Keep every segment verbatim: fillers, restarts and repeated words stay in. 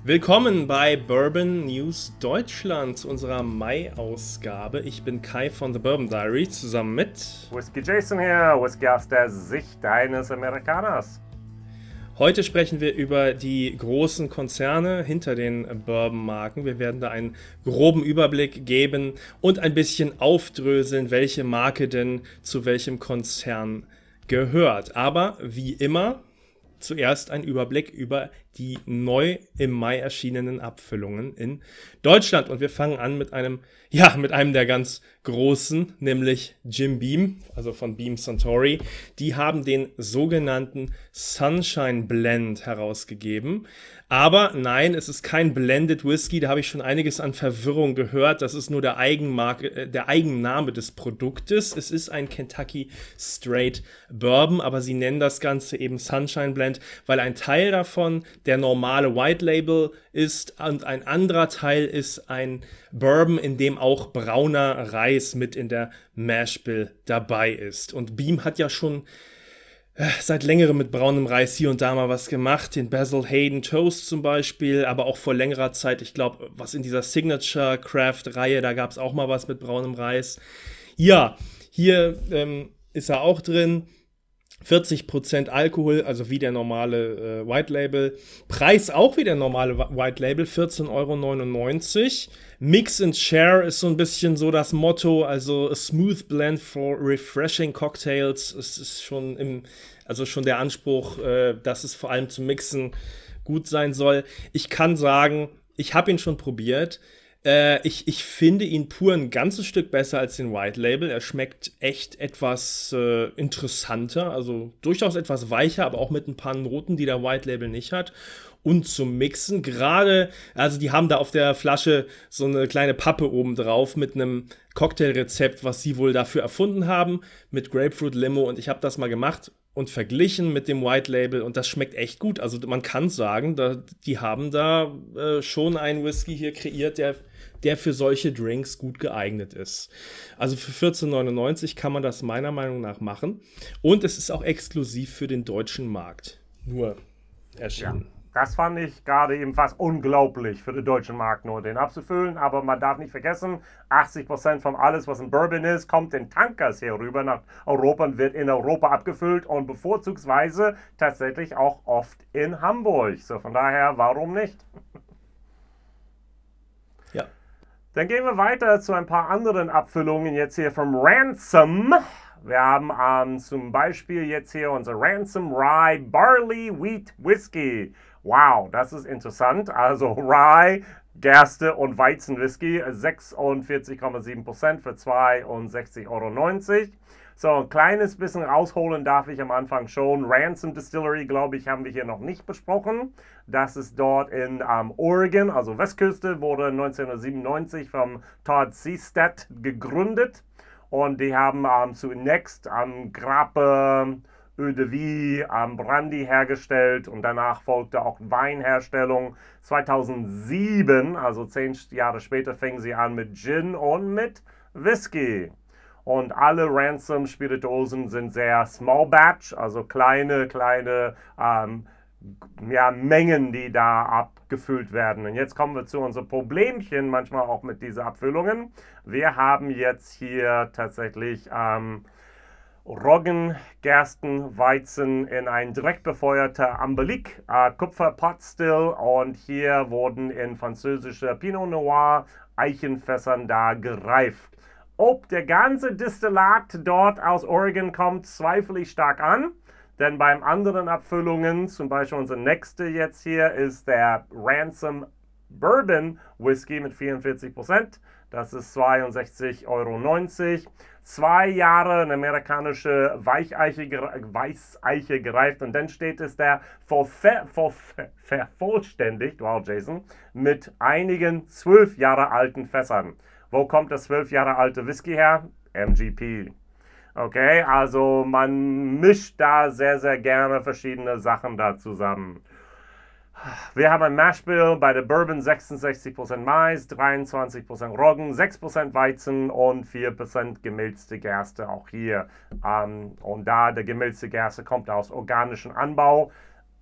Willkommen bei Bourbon News Deutschland, unserer Mai-Ausgabe. Ich bin Kai von The Bourbon Diary, zusammen mit Whisky Jason hier, Whisky aus der Sicht eines Amerikaners. Heute sprechen wir über die großen Konzerne hinter den Bourbon-Marken. Wir werden da einen groben Überblick geben und ein bisschen aufdröseln, welche Marke denn zu welchem Konzern gehört. Aber wie immer, zuerst ein Überblick über die neu im Mai erschienenen Abfüllungen in Deutschland. Und wir fangen an mit einem, ja, mit einem der ganz großen, nämlich Jim Beam, also von Beam Suntory. Die haben den sogenannten Sunshine Blend herausgegeben. Aber nein, es ist kein Blended Whisky, da habe ich schon einiges an Verwirrung gehört. Das ist nur der Eigenmarke, äh, der Eigenname des Produktes. Es ist ein Kentucky Straight Bourbon, aber sie nennen das Ganze eben Sunshine Blend, weil ein Teil davon der normale White Label ist und ein anderer Teil ist ein Bourbon, in dem auch brauner Reis mit in der Mash Bill dabei ist. Und Beam hat ja schon seit längerem mit braunem Reis hier und da mal was gemacht, den Basil Hayden Toast zum Beispiel, aber auch vor längerer Zeit, ich glaube, was in dieser Signature Craft Reihe, da gab es auch mal was mit braunem Reis. Ja, hier ähm, ist er auch drin, vierzig Prozent Alkohol, also wie der normale äh, White Label. Preis auch wie der normale White Label, vierzehn Euro neunundneunzig. Mix and Share ist so ein bisschen so das Motto, also a smooth blend for refreshing cocktails. Es ist schon im, also schon der Anspruch, äh, dass es vor allem zum Mixen gut sein soll. Ich kann sagen, ich habe ihn schon probiert. Äh, ich, ich finde ihn pur ein ganzes Stück besser als den White Label. Er schmeckt echt etwas äh, interessanter, also durchaus etwas weicher, aber auch mit ein paar Noten, die der White Label nicht hat. Und zum Mixen, gerade, also die haben da auf der Flasche so eine kleine Pappe oben drauf mit einem Cocktailrezept, was sie wohl dafür erfunden haben, mit Grapefruit Limo. Und ich habe das mal gemacht und verglichen mit dem White Label und das schmeckt echt gut. Also man kann sagen, da, die haben da äh, schon einen Whisky hier kreiert, der, der für solche Drinks gut geeignet ist. Also für vierzehn neunundneunzig kann man das meiner Meinung nach machen. Und es ist auch exklusiv für den deutschen Markt nur erschienen. Ja. Das fand ich gerade eben fast unglaublich für den deutschen Markt nur, den abzufüllen. Aber man darf nicht vergessen, achtzig Prozent von alles, was in Bourbon ist, kommt in Tankers hier rüber nach Europa und wird in Europa abgefüllt und bevorzugsweise tatsächlich auch oft in Hamburg. So von daher, warum nicht? Ja. Dann gehen wir weiter zu ein paar anderen Abfüllungen jetzt hier vom Ransom. Wir haben ähm, zum Beispiel jetzt hier unser Ransom Rye Barley Wheat Whisky. Wow, das ist interessant. Also Rye, Gerste und Weizenwhisky, sechsundvierzig Komma sieben Prozent für zweiundsechzig Euro neunzig. So, ein kleines bisschen rausholen darf ich am Anfang schon. Ransom Distillery, glaube ich, haben wir hier noch nicht besprochen. Das ist dort in ähm, Oregon, also Westküste, wurde neunzehnhundertsiebenundneunzig vom Todd Seastead gegründet. Und die haben ähm, zunächst am Grappe, Eau de Vie, ähm, Brandy hergestellt und danach folgte auch Weinherstellung. zweitausendsieben, also zehn Jahre später, fingen sie an mit Gin und mit Whisky. Und alle Ransom Spirituosen sind sehr small batch, also kleine, kleine ähm, ja, Mengen, die da abgefüllt werden. Und jetzt kommen wir zu unseren Problemchen, manchmal auch mit diesen Abfüllungen. Wir haben jetzt hier tatsächlich ähm, Roggen, Gersten, Weizen in ein direkt befeuerter Ambelik, äh, Kupfer Pot Still, und hier wurden in französischer Pinot Noir Eichenfässern da gereift. Ob der ganze Distillat dort aus Oregon kommt, zweifle ich stark an. Denn beim anderen Abfüllungen, zum Beispiel unser nächste jetzt hier, ist der Ransom Bourbon Whisky mit vierundvierzig Prozent. Das ist zweiundsechzig Euro neunzig. Zwei Jahre eine amerikanische Weicheiche, Weißeiche gereift. Und dann steht es da vervollständigt, wow Jason, mit einigen zwölf Jahre alten Fässern. Wo kommt das zwölf Jahre alte Whisky her? M G P. Okay, also man mischt da sehr, sehr gerne verschiedene Sachen da zusammen. Wir haben ein Mash Bill bei der Bourbon sechsundsechzig Prozent Mais, dreiundzwanzig Prozent Roggen, sechs Prozent Weizen und vier Prozent gemälzte Gerste auch hier. Ähm, und da der gemälzte Gerste kommt aus organischem Anbau,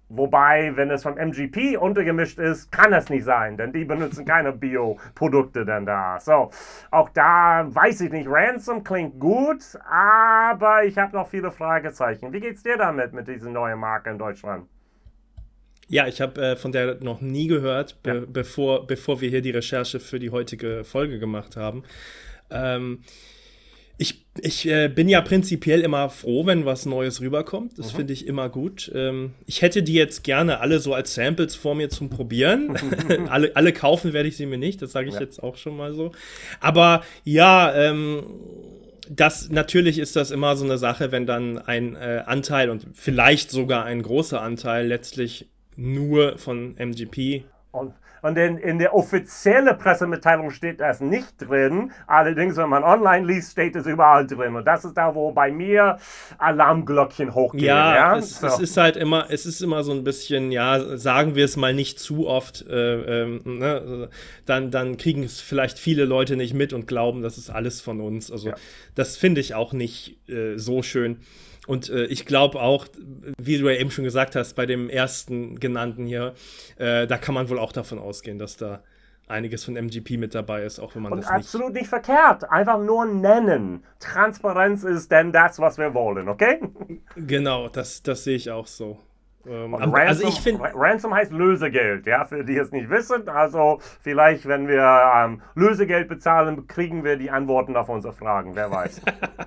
Wobei, wenn es vom M G P untergemischt ist, kann das nicht sein, denn die benutzen keine Bioprodukte denn da. So, auch da weiß ich nicht, Ransom klingt gut, aber ich habe noch viele Fragezeichen. Wie geht's dir damit, mit dieser neuen Marke in Deutschland? Ja, ich habe äh, von der noch nie gehört, be Ja. bevor, bevor wir hier die Recherche für die heutige Folge gemacht haben. Ähm, ich ich äh, bin ja prinzipiell immer froh, wenn was Neues rüberkommt. Das Mhm. finde ich immer gut. Ähm, ich hätte die jetzt gerne alle so als Samples vor mir zum Probieren. alle, alle kaufen werde ich sie mir nicht, das sage ich Ja. jetzt auch schon mal so. Aber ja, ähm, das natürlich ist das immer so eine Sache, wenn dann ein äh, Anteil und vielleicht sogar ein großer Anteil letztlich nur von M G P. Und, und in, in der offiziellen Pressemitteilung steht das nicht drin. Allerdings, wenn man online liest, steht es überall drin. Und das ist da, wo bei mir Alarmglöckchen hochgehen. Ja, Ja, es, so. es ist halt immer, es ist immer so ein bisschen, ja, sagen wir es mal nicht zu oft, äh, ähm, ne? dann, dann kriegen es vielleicht viele Leute nicht mit und glauben, das ist alles von uns. Also Ja. das finde ich auch nicht äh, so schön. Und äh, ich glaube auch, wie du ja eben schon gesagt hast, bei dem ersten genannten hier, äh, da kann man wohl auch davon ausgehen, dass da einiges von M G P mit dabei ist, auch wenn man Und das nicht. absolut nicht verkehrt. Einfach nur nennen. Transparenz ist denn das, was wir wollen, okay? Genau, das, das sehe ich auch so. Ähm, Und aber- Ransom, also ich finde. Ra- Ransom heißt Lösegeld, ja, für die es nicht wissen. Also vielleicht, wenn wir ähm, Lösegeld bezahlen, kriegen wir die Antworten auf unsere Fragen, wer weiß.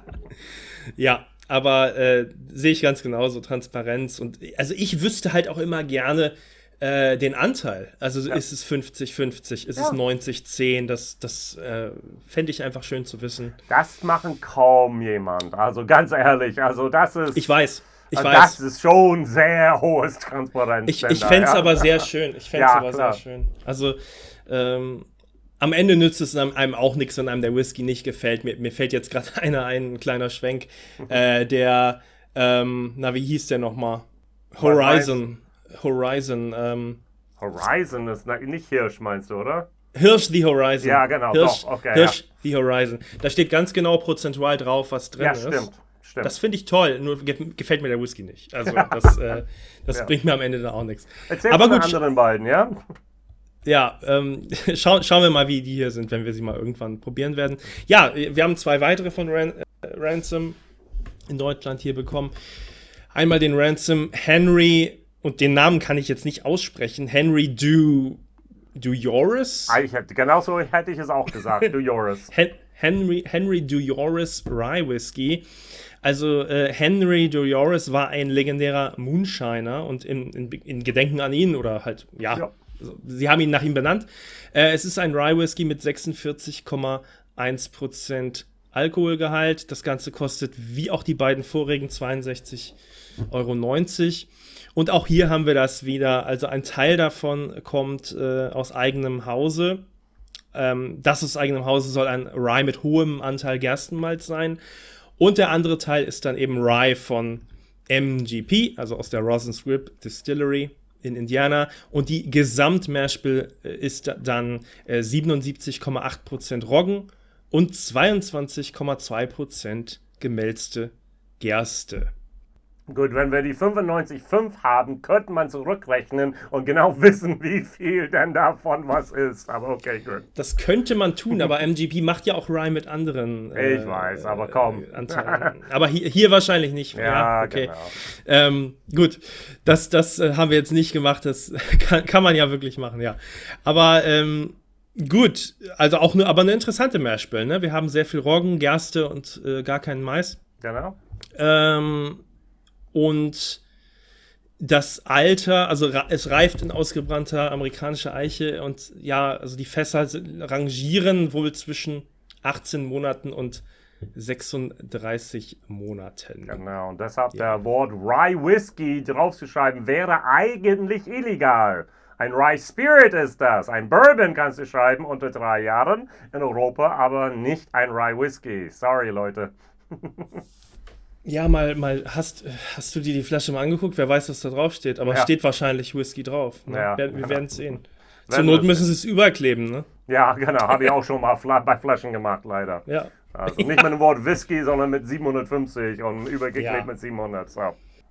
Ja, aber äh, sehe ich ganz genauso, Transparenz. Und also ich wüsste halt auch immer gerne äh, den Anteil. Also Ja. ist es fünfzig fünfzig, ist Ja. es neunzig zehn, das, das äh, fände ich einfach schön zu wissen. Das machen kaum jemand. Also ganz ehrlich, also das ist, Ich weiß, ich also weiß. das ist schon sehr hohes Transparenz. Ich, denn ich da, fände es ja. aber sehr schön. Ich fände es Ja, aber klar. sehr schön. Also, ähm, am Ende nützt es einem, einem auch nichts, wenn einem der Whisky nicht gefällt. Mir, mir fällt jetzt gerade einer ein, ein kleiner Schwenk. Äh, der, ähm, na, wie hieß der nochmal? Horizon. Horizon. Ähm, Horizon ist na- nicht Hirsch, meinst du, oder? Hirsch the Horizon. Ja, genau, Hirsch, doch, okay, Hirsch the Horizon. Da steht ganz genau prozentual drauf, was drin Ja, ist. stimmt. Stimmt. Das finde ich toll, nur ge gefällt mir der Whisky nicht. Also das, äh, das Ja. bringt mir am Ende dann auch nichts. Erzähl aber von den gut, anderen beiden, ja? ja, ähm, schau, schauen wir mal, wie die hier sind, wenn wir sie mal irgendwann probieren werden. Ja, wir haben zwei weitere von Ran äh, Ransom in Deutschland hier bekommen. Einmal den Ransom Henry, und den Namen kann ich jetzt nicht aussprechen, Henry Du Dujoris? Ich hätte, genauso hätte ich es auch gesagt, du Joris. Hen Henry, Henry Dujoris Rye Whisky. Also äh, Henry Dujoris war ein legendärer Moonshiner und in, in, in Gedenken an ihn oder halt, ja, Ja. also, sie haben ihn nach ihm benannt. Äh, es ist ein Rye Whisky mit sechsundvierzig Komma eins Prozent Alkoholgehalt. Das Ganze kostet wie auch die beiden vorigen zweiundsechzig Euro neunzig. Und auch hier haben wir das wieder. Also ein Teil davon kommt äh, aus eigenem Hause. Ähm, das aus eigenem Hause soll ein Rye mit hohem Anteil Gerstenmalz sein. Und der andere Teil ist dann eben Rye von M G P, also aus der Rosin Scrip Distillery in Indiana. Und die Gesamtmashbill äh, ist dann äh, siebenundsiebzig Komma acht Prozent Roggen und zweiundzwanzig Komma zwei Prozent gemälzte Gerste. Gut, wenn wir die fünfundneunzig Komma fünf haben, könnte man zurückrechnen und genau wissen, wie viel denn davon was ist. Aber okay, gut. Das könnte man tun, aber M G P macht ja auch Rye mit anderen. Ich weiß, aber komm. Äh, Anteilen. Aber hier, hier wahrscheinlich nicht. Ja, okay. genau. Ähm, gut, das, das äh, haben wir jetzt nicht gemacht. Das kann, kann man ja wirklich machen, ja. Aber ähm, gut, also auch nur, aber eine interessante Mashbill. Ne? Wir haben sehr viel Roggen, Gerste und äh, gar keinen Mais. Genau. Ähm, und das Alter, also ra es reift in ausgebrannter amerikanischer Eiche und ja, also die Fässer sind, rangieren wohl zwischen achtzehn Monaten und sechsunddreißig Monaten. Genau. Und deshalb Ja. der Wort Rye Whisky draufzuschreiben, wäre eigentlich illegal. Ein Rye Spirit ist das. Ein Bourbon kannst du schreiben unter drei Jahren in Europa, aber nicht ein Rye Whisky. Sorry, Leute. Ja, mal, mal hast, hast du dir die Flasche mal angeguckt? Wer weiß, was da drauf steht, aber Ja. steht wahrscheinlich Whisky drauf. Ne? Ja, wir wir genau. werden es sehen. Zur Werden Not wir müssen sie es überkleben, ne? Ja, genau. Habe ich auch schon mal Fla bei Flaschen gemacht, leider. Ja. Also nicht mit dem Wort Whisky, sondern mit siebenhundertfünfzig und übergeklebt Ja. mit siebenhundert. So.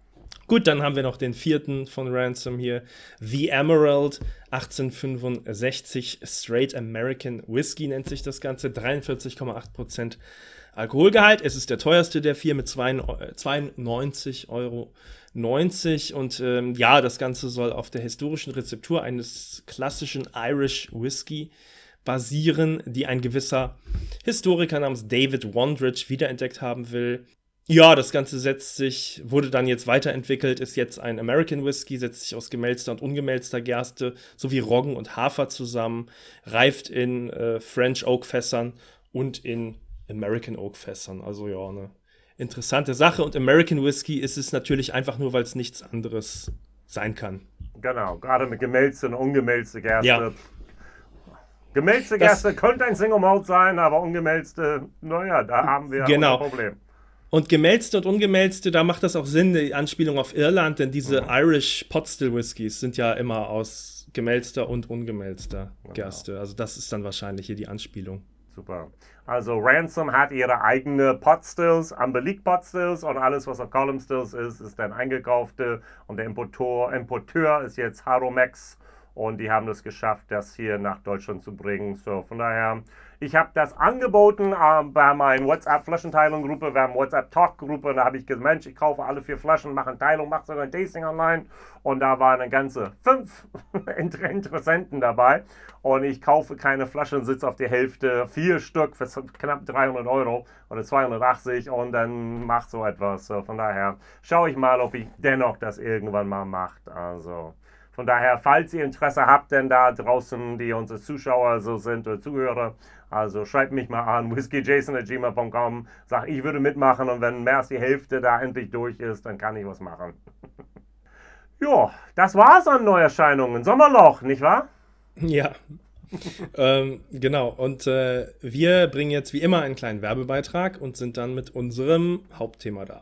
Gut, dann haben wir noch den vierten von Ransom hier, The Emerald, achtzehnhundertfünfundsechzig Straight American Whiskey nennt sich das Ganze, dreiundvierzig Komma acht Prozent Alkoholgehalt. Es ist der teuerste der vier mit zweiundneunzig Euro neunzig und ähm, ja, das Ganze soll auf der historischen Rezeptur eines klassischen Irish Whisky basieren, die ein gewisser Historiker namens David Wondrich wiederentdeckt haben will. Ja, das Ganze setzt sich, wurde dann jetzt weiterentwickelt, ist jetzt ein American Whisky, setzt sich aus gemälzter und ungemälzter Gerste sowie Roggen und Hafer zusammen, reift in äh, French Oak Fässern und in American Oak Fässern. Also ja, eine interessante Sache. Und American Whisky ist es natürlich einfach nur, weil es nichts anderes sein kann. Genau, gerade mit gemälzte und ungemälzte Gerste. Ja. Gemälzte Gerste das, könnte ein Single Malt sein, aber ungemälzte, naja, da haben wir genau. ein Problem. Und gemälzte und ungemälzte, da macht das auch Sinn, die Anspielung auf Irland, denn diese mhm. Irish Pot Still Whiskys sind ja immer aus gemälzter und ungemälzter genau. Gerste. Also das ist dann wahrscheinlich hier die Anspielung. Super. Also Ransom hat ihre eigene Pot Stills, Amberlic Pot Stills und alles, was auf Column Stills ist, ist dann eingekaufte und der Importeur, Importeur ist jetzt Haromex und die haben es geschafft, das hier nach Deutschland zu bringen. So, von daher, ich habe das angeboten äh, bei meiner WhatsApp-Flaschenteilung-Gruppe. Wir haben eine WhatsApp-Talk-Gruppe und da habe ich gesagt, Mensch, ich kaufe alle vier Flaschen, mache eine Teilung, mache sogar ein Tasting online. Und da waren eine ganze fünf Interessenten dabei. Und ich kaufe keine Flaschen, sitze auf die Hälfte, vier Stück für knapp dreihundert Euro oder zweihundertachtzig und dann macht so etwas. So, von daher schaue ich mal, ob ich dennoch das irgendwann mal mache. Also... Von daher, falls ihr Interesse habt, denn da draußen, die unsere Zuschauer so sind oder Zuhörer, also schreibt mich mal an, whisky jason at gmail punkt com, sagt, ich würde mitmachen und wenn mehr als die Hälfte da endlich durch ist, dann kann ich was machen. Jo, das war's an Neuerscheinungen. Sommerloch, nicht wahr? Ja, ähm, genau. Und äh, wir bringen jetzt wie immer einen kleinen Werbebeitrag und sind dann mit unserem Hauptthema da.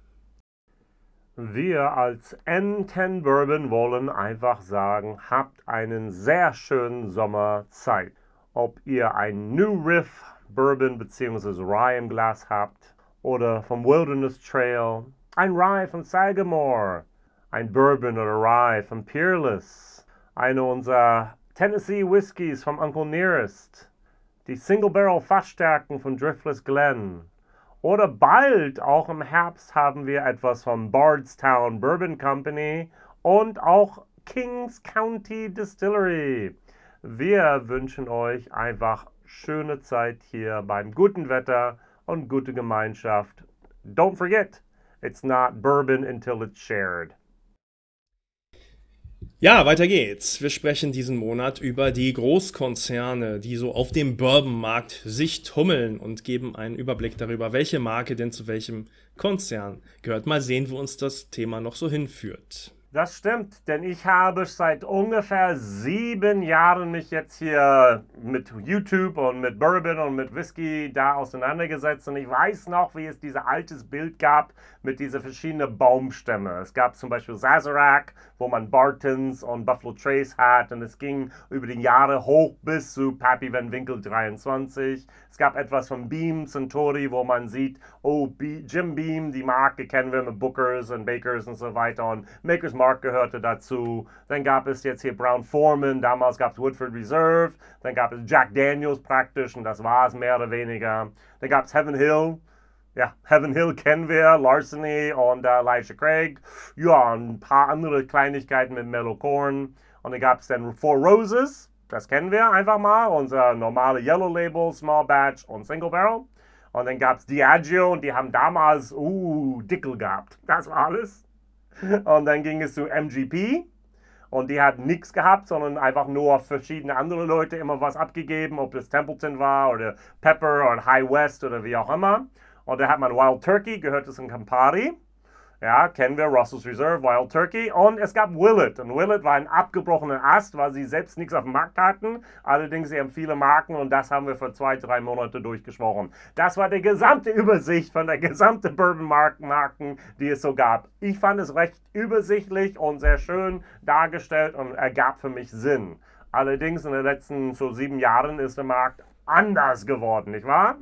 Wir als N zehn Bourbon wollen einfach sagen, habt einen sehr schönen Sommerzeit. Ob ihr ein New Riff Bourbon bzw. Rye im Glas habt oder vom Wilderness Trail, ein Rye von Sagamore, ein Bourbon oder Rye von Peerless, eine unserer Tennessee Whiskys vom Uncle Nearest, die Single Barrel Fassstärken von Driftless Glen. Oder bald, auch im Herbst, haben wir etwas von Bardstown Bourbon Company und auch Kings County Distillery. Wir wünschen euch einfach schöne Zeit hier beim guten Wetter und gute Gemeinschaft. Don't forget, it's not bourbon until it's shared. Ja, weiter geht's. Wir sprechen diesen Monat über die Großkonzerne, die so auf dem Bourbonmarkt sich tummeln und geben einen Überblick darüber, welche Marke denn zu welchem Konzern gehört. Mal sehen, wo uns das Thema noch so hinführt. Das stimmt, denn ich habe seit ungefähr sieben Jahren mich jetzt hier mit YouTube und mit Bourbon und mit Whisky da auseinandergesetzt und ich weiß noch, wie es dieses altes Bild gab mit diesen verschiedenen Baumstämmen. Es gab zum Beispiel Sazerac, wo man Bartons und Buffalo Trace hat und es ging über die Jahre hoch bis zu Pappy Van Winkle dreiundzwanzig. Es gab etwas von Beam Centauri, wo man sieht, oh, B- Jim Beam, die Marke kennen wir mit Bookers und Bakers und so weiter und Makers Mark gehörte dazu. Dann gab es jetzt hier Brown Forman, damals gab es Woodford Reserve, dann gab es Jack Daniels praktisch und das war es mehr oder weniger. Dann gab es Heaven Hill. Ja, Heaven Hill kennen wir, Larceny und äh, Elijah Craig. Ja, ein paar andere Kleinigkeiten mit Mellow Corn. Und dann gab es dann Four Roses, das kennen wir einfach mal, unser normale Yellow Label, Small Batch und Single Barrel. Und dann gab es Diageo und die haben damals, uh, Dickel gehabt. Das war alles. Und dann ging es zu M G P. Und die hat nichts gehabt, sondern einfach nur verschiedene andere Leute immer was abgegeben, ob das Templeton war oder Pepper oder High West oder wie auch immer. Und da hat man Wild Turkey, gehört es in Campari. Ja, kennen wir, Russell's Reserve, Wild Turkey. Und es gab Willet. Und Willet war ein abgebrochener Ast, weil sie selbst nichts auf dem Markt hatten. Allerdings, sie haben viele Marken und das haben wir für zwei, drei Monate durchgesprochen. Das war die gesamte Übersicht von der gesamten Bourbon-Marken, die es so gab. Ich fand es recht übersichtlich und sehr schön dargestellt und ergab für mich Sinn. Allerdings in den letzten so sieben Jahren ist der Markt anders geworden, nicht wahr?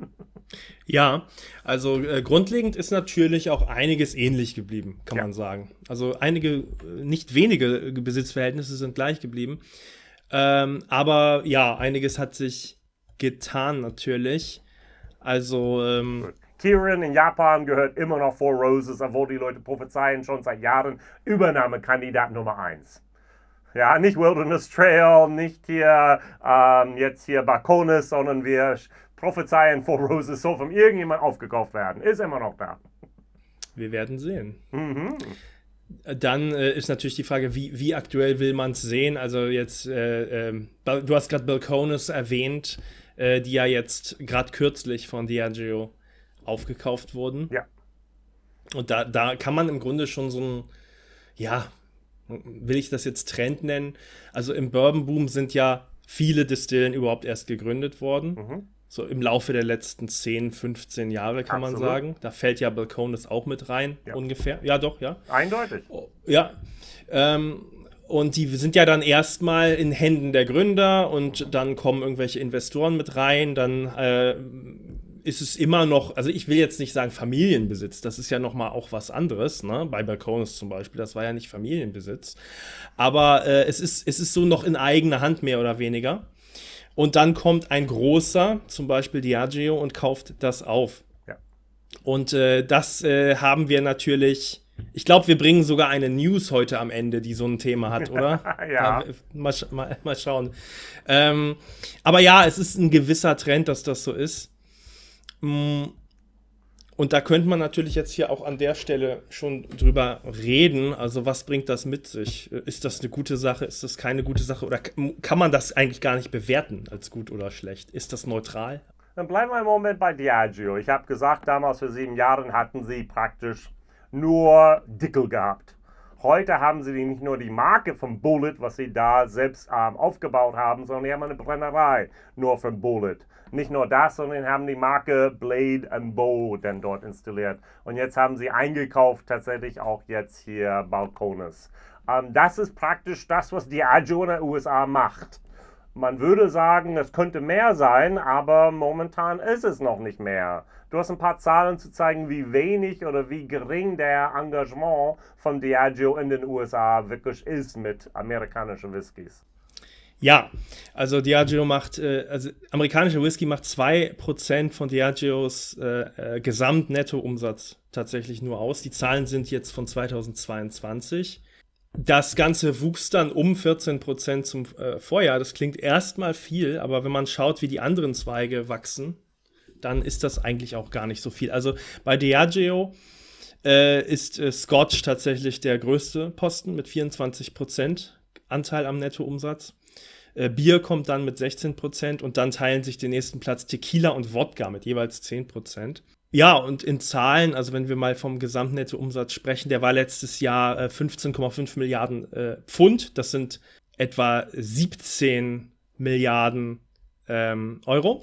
Ja, also äh, grundlegend ist natürlich auch einiges ähnlich geblieben, kann Ja. man sagen. Also einige, äh, nicht wenige Besitzverhältnisse sind gleich geblieben. Ähm, aber ja, einiges hat sich getan natürlich. Also, ähm, Kirin in Japan gehört immer noch Four Roses, obwohl die Leute prophezeien schon seit Jahren Übernahmekandidat Nummer eins. Ja, nicht Wilderness Trail, nicht hier ähm, jetzt hier Balcones, sondern wir prophezeien Four Roses soll von irgendjemand aufgekauft werden. Ist immer noch da. wir werden sehen. Mhm. Dann äh, ist natürlich die Frage, wie, wie aktuell will man es sehen? Also jetzt, äh, ähm, Bal- du hast gerade Balcones erwähnt, äh, die ja jetzt gerade kürzlich von Diageo aufgekauft wurden. Ja. Und da, da kann man im Grunde schon so ein, ja, will ich das jetzt Trend nennen? Also im Bourbon-Boom sind ja viele Distillen überhaupt erst gegründet worden. Mhm. So im Laufe der letzten zehn, fünfzehn Jahre kann man Absolut. sagen. Da fällt ja Balcones auch mit rein, Ja. ungefähr. Ja, doch, ja. Eindeutig. Oh, ja. Ähm, und die sind ja dann erstmal in Händen der Gründer und dann kommen irgendwelche Investoren mit rein. Dann äh, ist es immer noch, also ich will jetzt nicht sagen Familienbesitz, das ist ja nochmal auch was anderes, ne? Bei Balcones zum Beispiel, das war ja nicht Familienbesitz. Aber äh, es ist, es ist so noch in eigener Hand mehr oder weniger. Und dann kommt ein großer, zum Beispiel Diageo, und kauft das auf. Ja. Und äh, das äh, haben wir natürlich. Ich glaube, wir bringen sogar eine News heute am Ende, die so ein Thema hat, oder? Ja. Da, mal, sch- mal, mal schauen. Ähm, aber ja, es ist ein gewisser Trend, dass das so ist. Mm, Und da könnte man natürlich jetzt hier auch an der Stelle schon drüber reden. Also was bringt das mit sich? Ist das eine gute Sache? Ist das keine gute Sache? Oder k- kann man das eigentlich gar nicht bewerten als gut oder schlecht? Ist das neutral? Dann bleiben wir einen Moment bei Diageo. Ich habe gesagt, damals vor sieben Jahren hatten sie praktisch nur Dickel gehabt. Heute haben sie nicht nur die Marke von Bullet, was sie da selbst ähm, aufgebaut haben, sondern die haben eine Brennerei nur von Bullet. Nicht nur das, sondern haben die Marke Blade and Bow dann dort installiert. Und jetzt haben sie eingekauft tatsächlich auch jetzt hier Balcones. Ähm, das ist praktisch das, was Diageo in den U S A macht. Man würde sagen, es könnte mehr sein, aber momentan ist es noch nicht mehr. Du hast ein paar Zahlen zu zeigen, wie wenig oder wie gering der Engagement von Diageo in den U S A wirklich ist mit amerikanischen Whiskys. Ja, also Diageo macht, äh, also amerikanischer Whisky macht zwei Prozent von Diageos äh, äh, Gesamtnettoumsatz tatsächlich nur aus. Die Zahlen sind jetzt von zweitausendzweiundzwanzig. Das Ganze wuchs dann um vierzehn Prozent zum äh, Vorjahr. Das klingt erstmal viel, aber wenn man schaut, wie die anderen Zweige wachsen, dann ist das eigentlich auch gar nicht so viel. Also bei Diageo äh, ist äh, Scotch tatsächlich der größte Posten mit vierundzwanzig Prozent Anteil am Nettoumsatz. Äh, Bier kommt dann mit sechzehn Prozent und dann teilen sich den nächsten Platz Tequila und Wodka mit jeweils zehn Prozent. Ja, und in Zahlen, also wenn wir mal vom Gesamtnettoumsatz sprechen, der war letztes Jahr äh, fünfzehn Komma fünf Milliarden äh, Pfund. Das sind etwa siebzehn Milliarden ähm, Euro.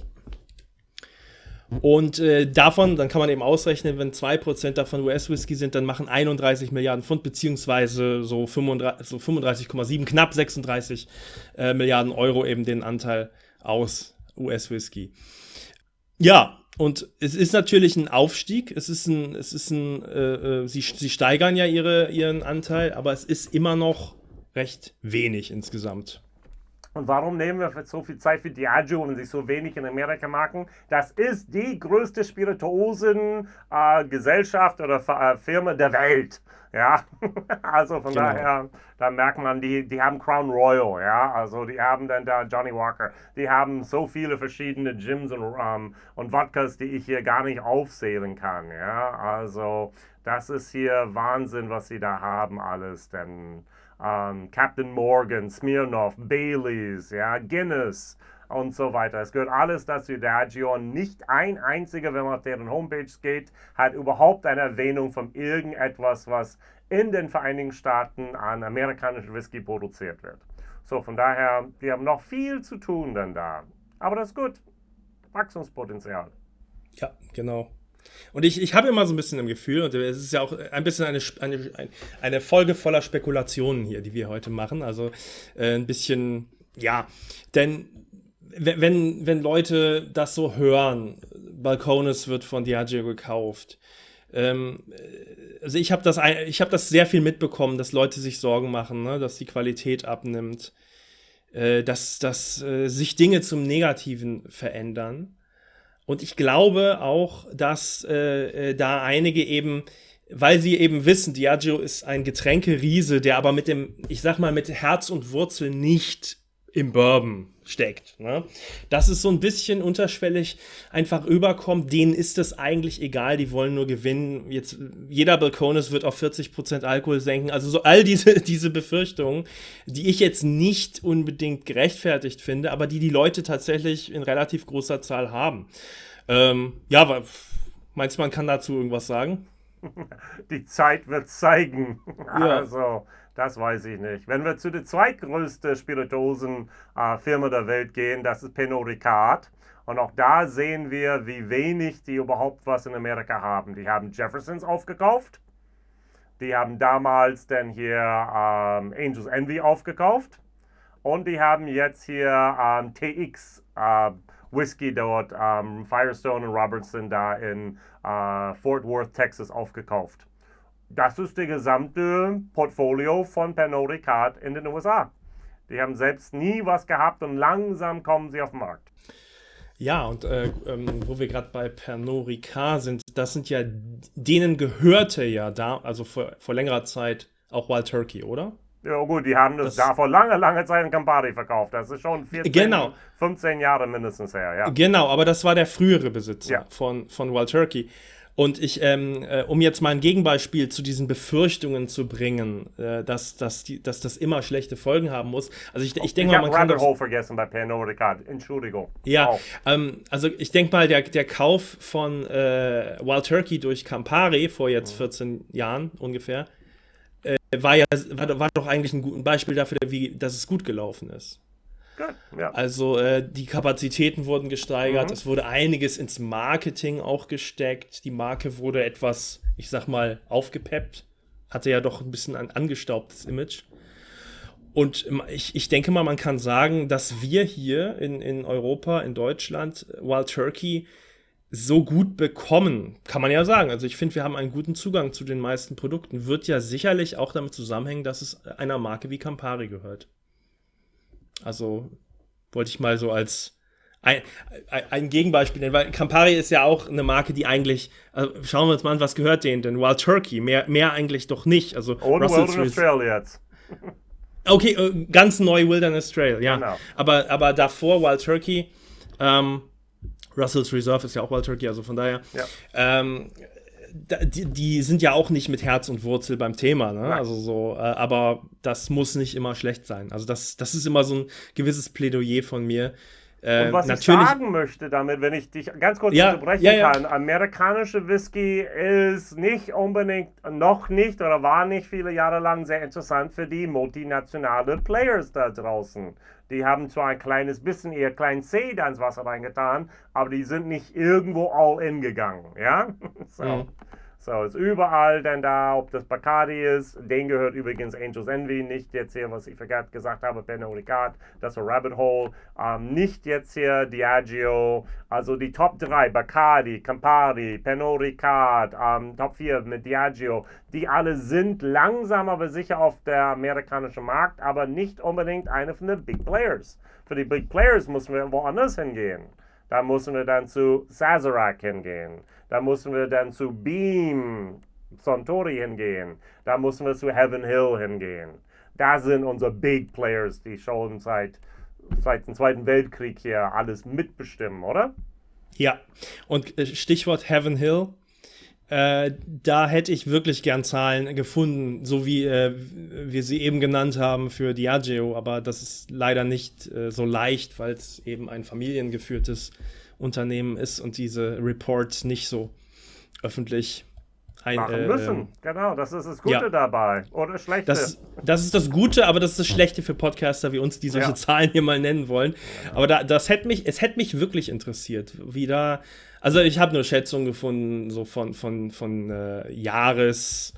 Und äh, davon, dann kann man eben ausrechnen, wenn zwei Prozent davon U S-Whisky sind, dann machen einunddreißig Milliarden Pfund, beziehungsweise so fünfunddreißig, so fünfunddreißig Komma sieben, knapp sechsunddreißig äh, Milliarden Euro eben den Anteil aus U S-Whisky. Ja, und es ist natürlich ein Aufstieg, es ist ein, es ist ein, äh, äh, sie, sie steigern ja ihre, ihren Anteil, aber es ist immer noch recht wenig insgesamt. Und warum nehmen wir für so viel Zeit für Diageo, wenn sie so wenig in Amerika machen? Das ist die größte Spirituosen-Gesellschaft äh, oder äh, Firma der Welt. Ja, also von Genau. daher, da merkt man, die, die haben Crown Royal, ja, also die haben dann da Johnny Walker, die haben so viele verschiedene Gins und, um, und Wodkas, die ich hier gar nicht aufzählen kann, ja, also das ist hier Wahnsinn, was sie da haben alles, denn um, Captain Morgan, Smirnoff, Baileys, ja, Guinness und so weiter. Es gehört alles dazu. Diageo, nicht ein einziger, wenn man auf deren Homepage geht, hat überhaupt eine Erwähnung von irgendetwas, was in den Vereinigten Staaten an amerikanischen Whisky produziert wird. So, von daher, die haben noch viel zu tun dann da. Aber das ist gut. Wachstumspotenzial. Ja, genau. Und ich, ich habe immer so ein bisschen im Gefühl, und es ist ja auch ein bisschen eine, eine, eine Folge voller Spekulationen hier, die wir heute machen. Also äh, ein bisschen, ja, denn wenn, wenn Leute das so hören, Balcones wird von Diageo gekauft. Ähm, also ich habe das, ich hab das sehr viel mitbekommen, dass Leute sich Sorgen machen, ne, dass die Qualität abnimmt, äh, dass, dass äh, sich Dinge zum Negativen verändern. Und ich glaube auch, dass äh, äh, da einige eben, weil sie eben wissen, Diageo ist ein Getränkeriese, der aber mit dem, ich sag mal, mit Herz und Wurzel nicht im Bourbon steckt. Ne? Das ist so ein bisschen unterschwellig einfach überkommt. Denen ist es eigentlich egal, die wollen nur gewinnen. Jetzt, jeder Balcones wird auf vierzig Prozent Alkohol senken. Also so all diese, diese Befürchtungen, die ich jetzt nicht unbedingt gerechtfertigt finde, aber die die Leute tatsächlich in relativ großer Zahl haben. Ähm, ja, aber meinst du, man kann dazu irgendwas sagen? Die Zeit wird zeigen. Ja. Also, das weiß ich nicht. Wenn wir zu der zweitgrößten Spirituosenfirma äh, der Welt gehen, das ist Pernod Ricard. Und auch da sehen wir, wie wenig die überhaupt was in Amerika haben. Die haben Jeffersons aufgekauft. Die haben damals dann hier ähm, Angels Envy aufgekauft. Und die haben jetzt hier ähm, T X äh, Whisky dort, ähm, Firestone und Robertson da in äh, Fort Worth, Texas aufgekauft. Das ist das gesamte Portfolio von Pernod Ricard in den U S A. Die haben selbst nie was gehabt und langsam kommen sie auf den Markt. Ja, und äh, ähm, wo wir gerade bei Pernod Ricard sind, das sind ja, denen gehörte ja da, also vor, vor längerer Zeit auch Wild Turkey, oder? Ja gut, die haben das, Das- da vor langer, langer Zeit in Campari verkauft. Das ist schon vierzehn, Genau. fünfzehn Jahre mindestens her, ja. Genau, aber das war der frühere Besitzer Ja. von, von Wild Turkey. Und ich, ähm, äh, um jetzt mal ein Gegenbeispiel zu diesen Befürchtungen zu bringen, äh, dass, dass, die, dass das immer schlechte Folgen haben muss. Also ich, ich denke Ich mal, habe man kann Rabbit doch, Hole vergessen bei Pernod Ricard. Entschuldigung. ja, Auch. ähm, also ich denke mal, der, der Kauf von äh, Wild Turkey durch Campari vor jetzt vierzehn Jahren ungefähr, äh, war ja war, war doch eigentlich ein, gut- ein Beispiel dafür, wie, dass es gut gelaufen ist. Gut, ja. Also äh, die Kapazitäten wurden gesteigert, Mhm. es wurde einiges ins Marketing auch gesteckt, die Marke wurde etwas, ich sag mal, aufgepeppt, hatte ja doch ein bisschen ein angestaubtes Image. Und ähm, ich, ich denke mal, man kann sagen, dass wir hier in, in Europa, in Deutschland, Wild Turkey so gut bekommen, kann man ja sagen. Also ich finde, wir haben einen guten Zugang zu den meisten Produkten. Wird ja sicherlich auch damit zusammenhängen, dass es einer Marke wie Campari gehört. Also wollte ich mal so als ein, ein, ein Gegenbeispiel nennen, weil Campari ist ja auch eine Marke, die eigentlich, also schauen wir uns mal an, was gehört denen denn? Wild Turkey, mehr, mehr eigentlich doch nicht. Also Und Russell's Wilderness Res- Trail jetzt. Okay, äh, ganz neu Wilderness Trail, ja. Genau. Aber, aber davor Wild Turkey, ähm, Russell's Reserve ist ja auch Wild Turkey, also von daher. Ja. Ähm, da, die, die sind ja auch nicht mit Herz und Wurzel beim Thema, ne? Nein. Also so, äh, aber das muss nicht immer schlecht sein. Also das, das ist immer so ein gewisses Plädoyer von mir. Äh, Und was natürlich, ich sagen möchte damit, wenn ich dich ganz kurz Ja, unterbrechen ja, ja. kann, amerikanische Whisky ist nicht unbedingt, noch nicht oder war nicht viele Jahre lang sehr interessant für die multinationalen Players da draußen. Die haben zwar ein kleines bisschen ihr klein C da ins Wasser reingetan, aber die sind nicht irgendwo all in gegangen, ja? So. Mhm. So, ist überall dann da, ob das Bacardi ist, den gehört übrigens Angels Envy, nicht jetzt hier, was ich gerade gesagt habe, Pernod Ricard, das war Rabbit Hole, ähm, nicht jetzt hier Diageo, also die Top drei, Bacardi, Campari, Pernod Ricard, ähm, Top vier mit Diageo, die alle sind langsam aber sicher auf der amerikanischen Markt, aber nicht unbedingt eine von den Big Players. Für die Big Players müssen wir woanders hingehen. Da müssen wir dann zu Sazerac hingehen. Da müssen wir dann zu Beam, Suntory hingehen. Da müssen wir zu Heaven Hill hingehen. Da sind unsere Big Players, die schon seit, seit dem Zweiten Weltkrieg hier alles mitbestimmen, oder? ja. Und äh, Stichwort Heaven Hill, äh, da hätte ich wirklich gern Zahlen gefunden, so wie äh, wir sie eben genannt haben für Diageo, aber das ist leider nicht äh, so leicht, weil es eben ein familiengeführtes Unternehmen ist und diese Reports nicht so öffentlich ein, Machen äh, müssen. ähm, Genau, das ist das Gute ja. dabei. Oder das Schlechte. Das, das ist das Gute, aber das ist das Schlechte für Podcaster wie uns, die solche Ja. Zahlen hier mal nennen wollen. Aber da, das hätte mich, es hätte mich wirklich interessiert, wie da. Also ich habe nur Schätzungen gefunden, so von, von, von äh, Jahres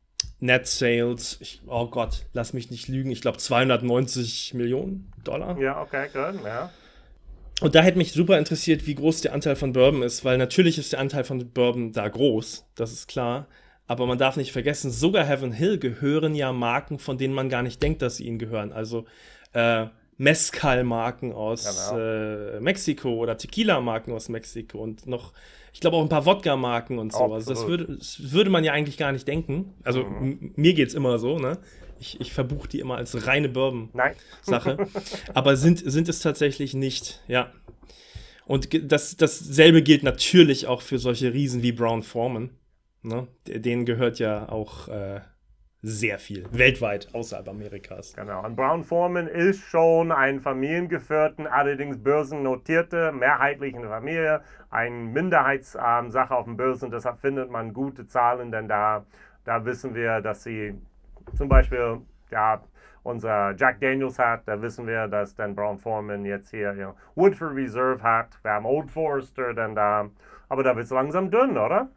Net Sales. Ich, oh Gott, lass mich nicht lügen. Ich glaube zweihundertneunzig Millionen Dollar. Ja, okay, gut, ja. Und da hätte mich super interessiert, wie groß der Anteil von Bourbon ist, weil natürlich ist der Anteil von Bourbon da groß, das ist klar. Aber man darf nicht vergessen, sogar Heaven Hill gehören ja Marken, von denen man gar nicht denkt, dass sie ihnen gehören. Also äh, Mezcal-Marken aus Genau. äh, Mexiko oder Tequila-Marken aus Mexiko und noch, ich glaube auch ein paar Wodka-Marken und so. Also das Absolut. würde, das würde man ja eigentlich gar nicht denken. Also m- mir geht's immer so, ne? Ich, ich verbuche die immer als reine Nein. Bourbon-Sache. Aber sind, sind es tatsächlich nicht, ja. Und ge- das, dasselbe gilt natürlich auch für solche Riesen wie Brown Forman. Ne? D- Denen gehört ja auch äh, sehr viel, weltweit, außerhalb Amerikas. Genau. Und Brown Forman ist schon ein familiengeführten, allerdings börsennotierte, mehrheitlichen Familie, eine Minderheitssache auf den Börsen. Deshalb findet man gute Zahlen, denn da, da wissen wir, dass sie zum Beispiel, ja, unser Jack Daniels hat, da wissen wir, dass dann Brown Forman jetzt hier you know, Woodford Reserve hat. Wir haben Old Forester dann da. Aber da wird es langsam dünn, oder?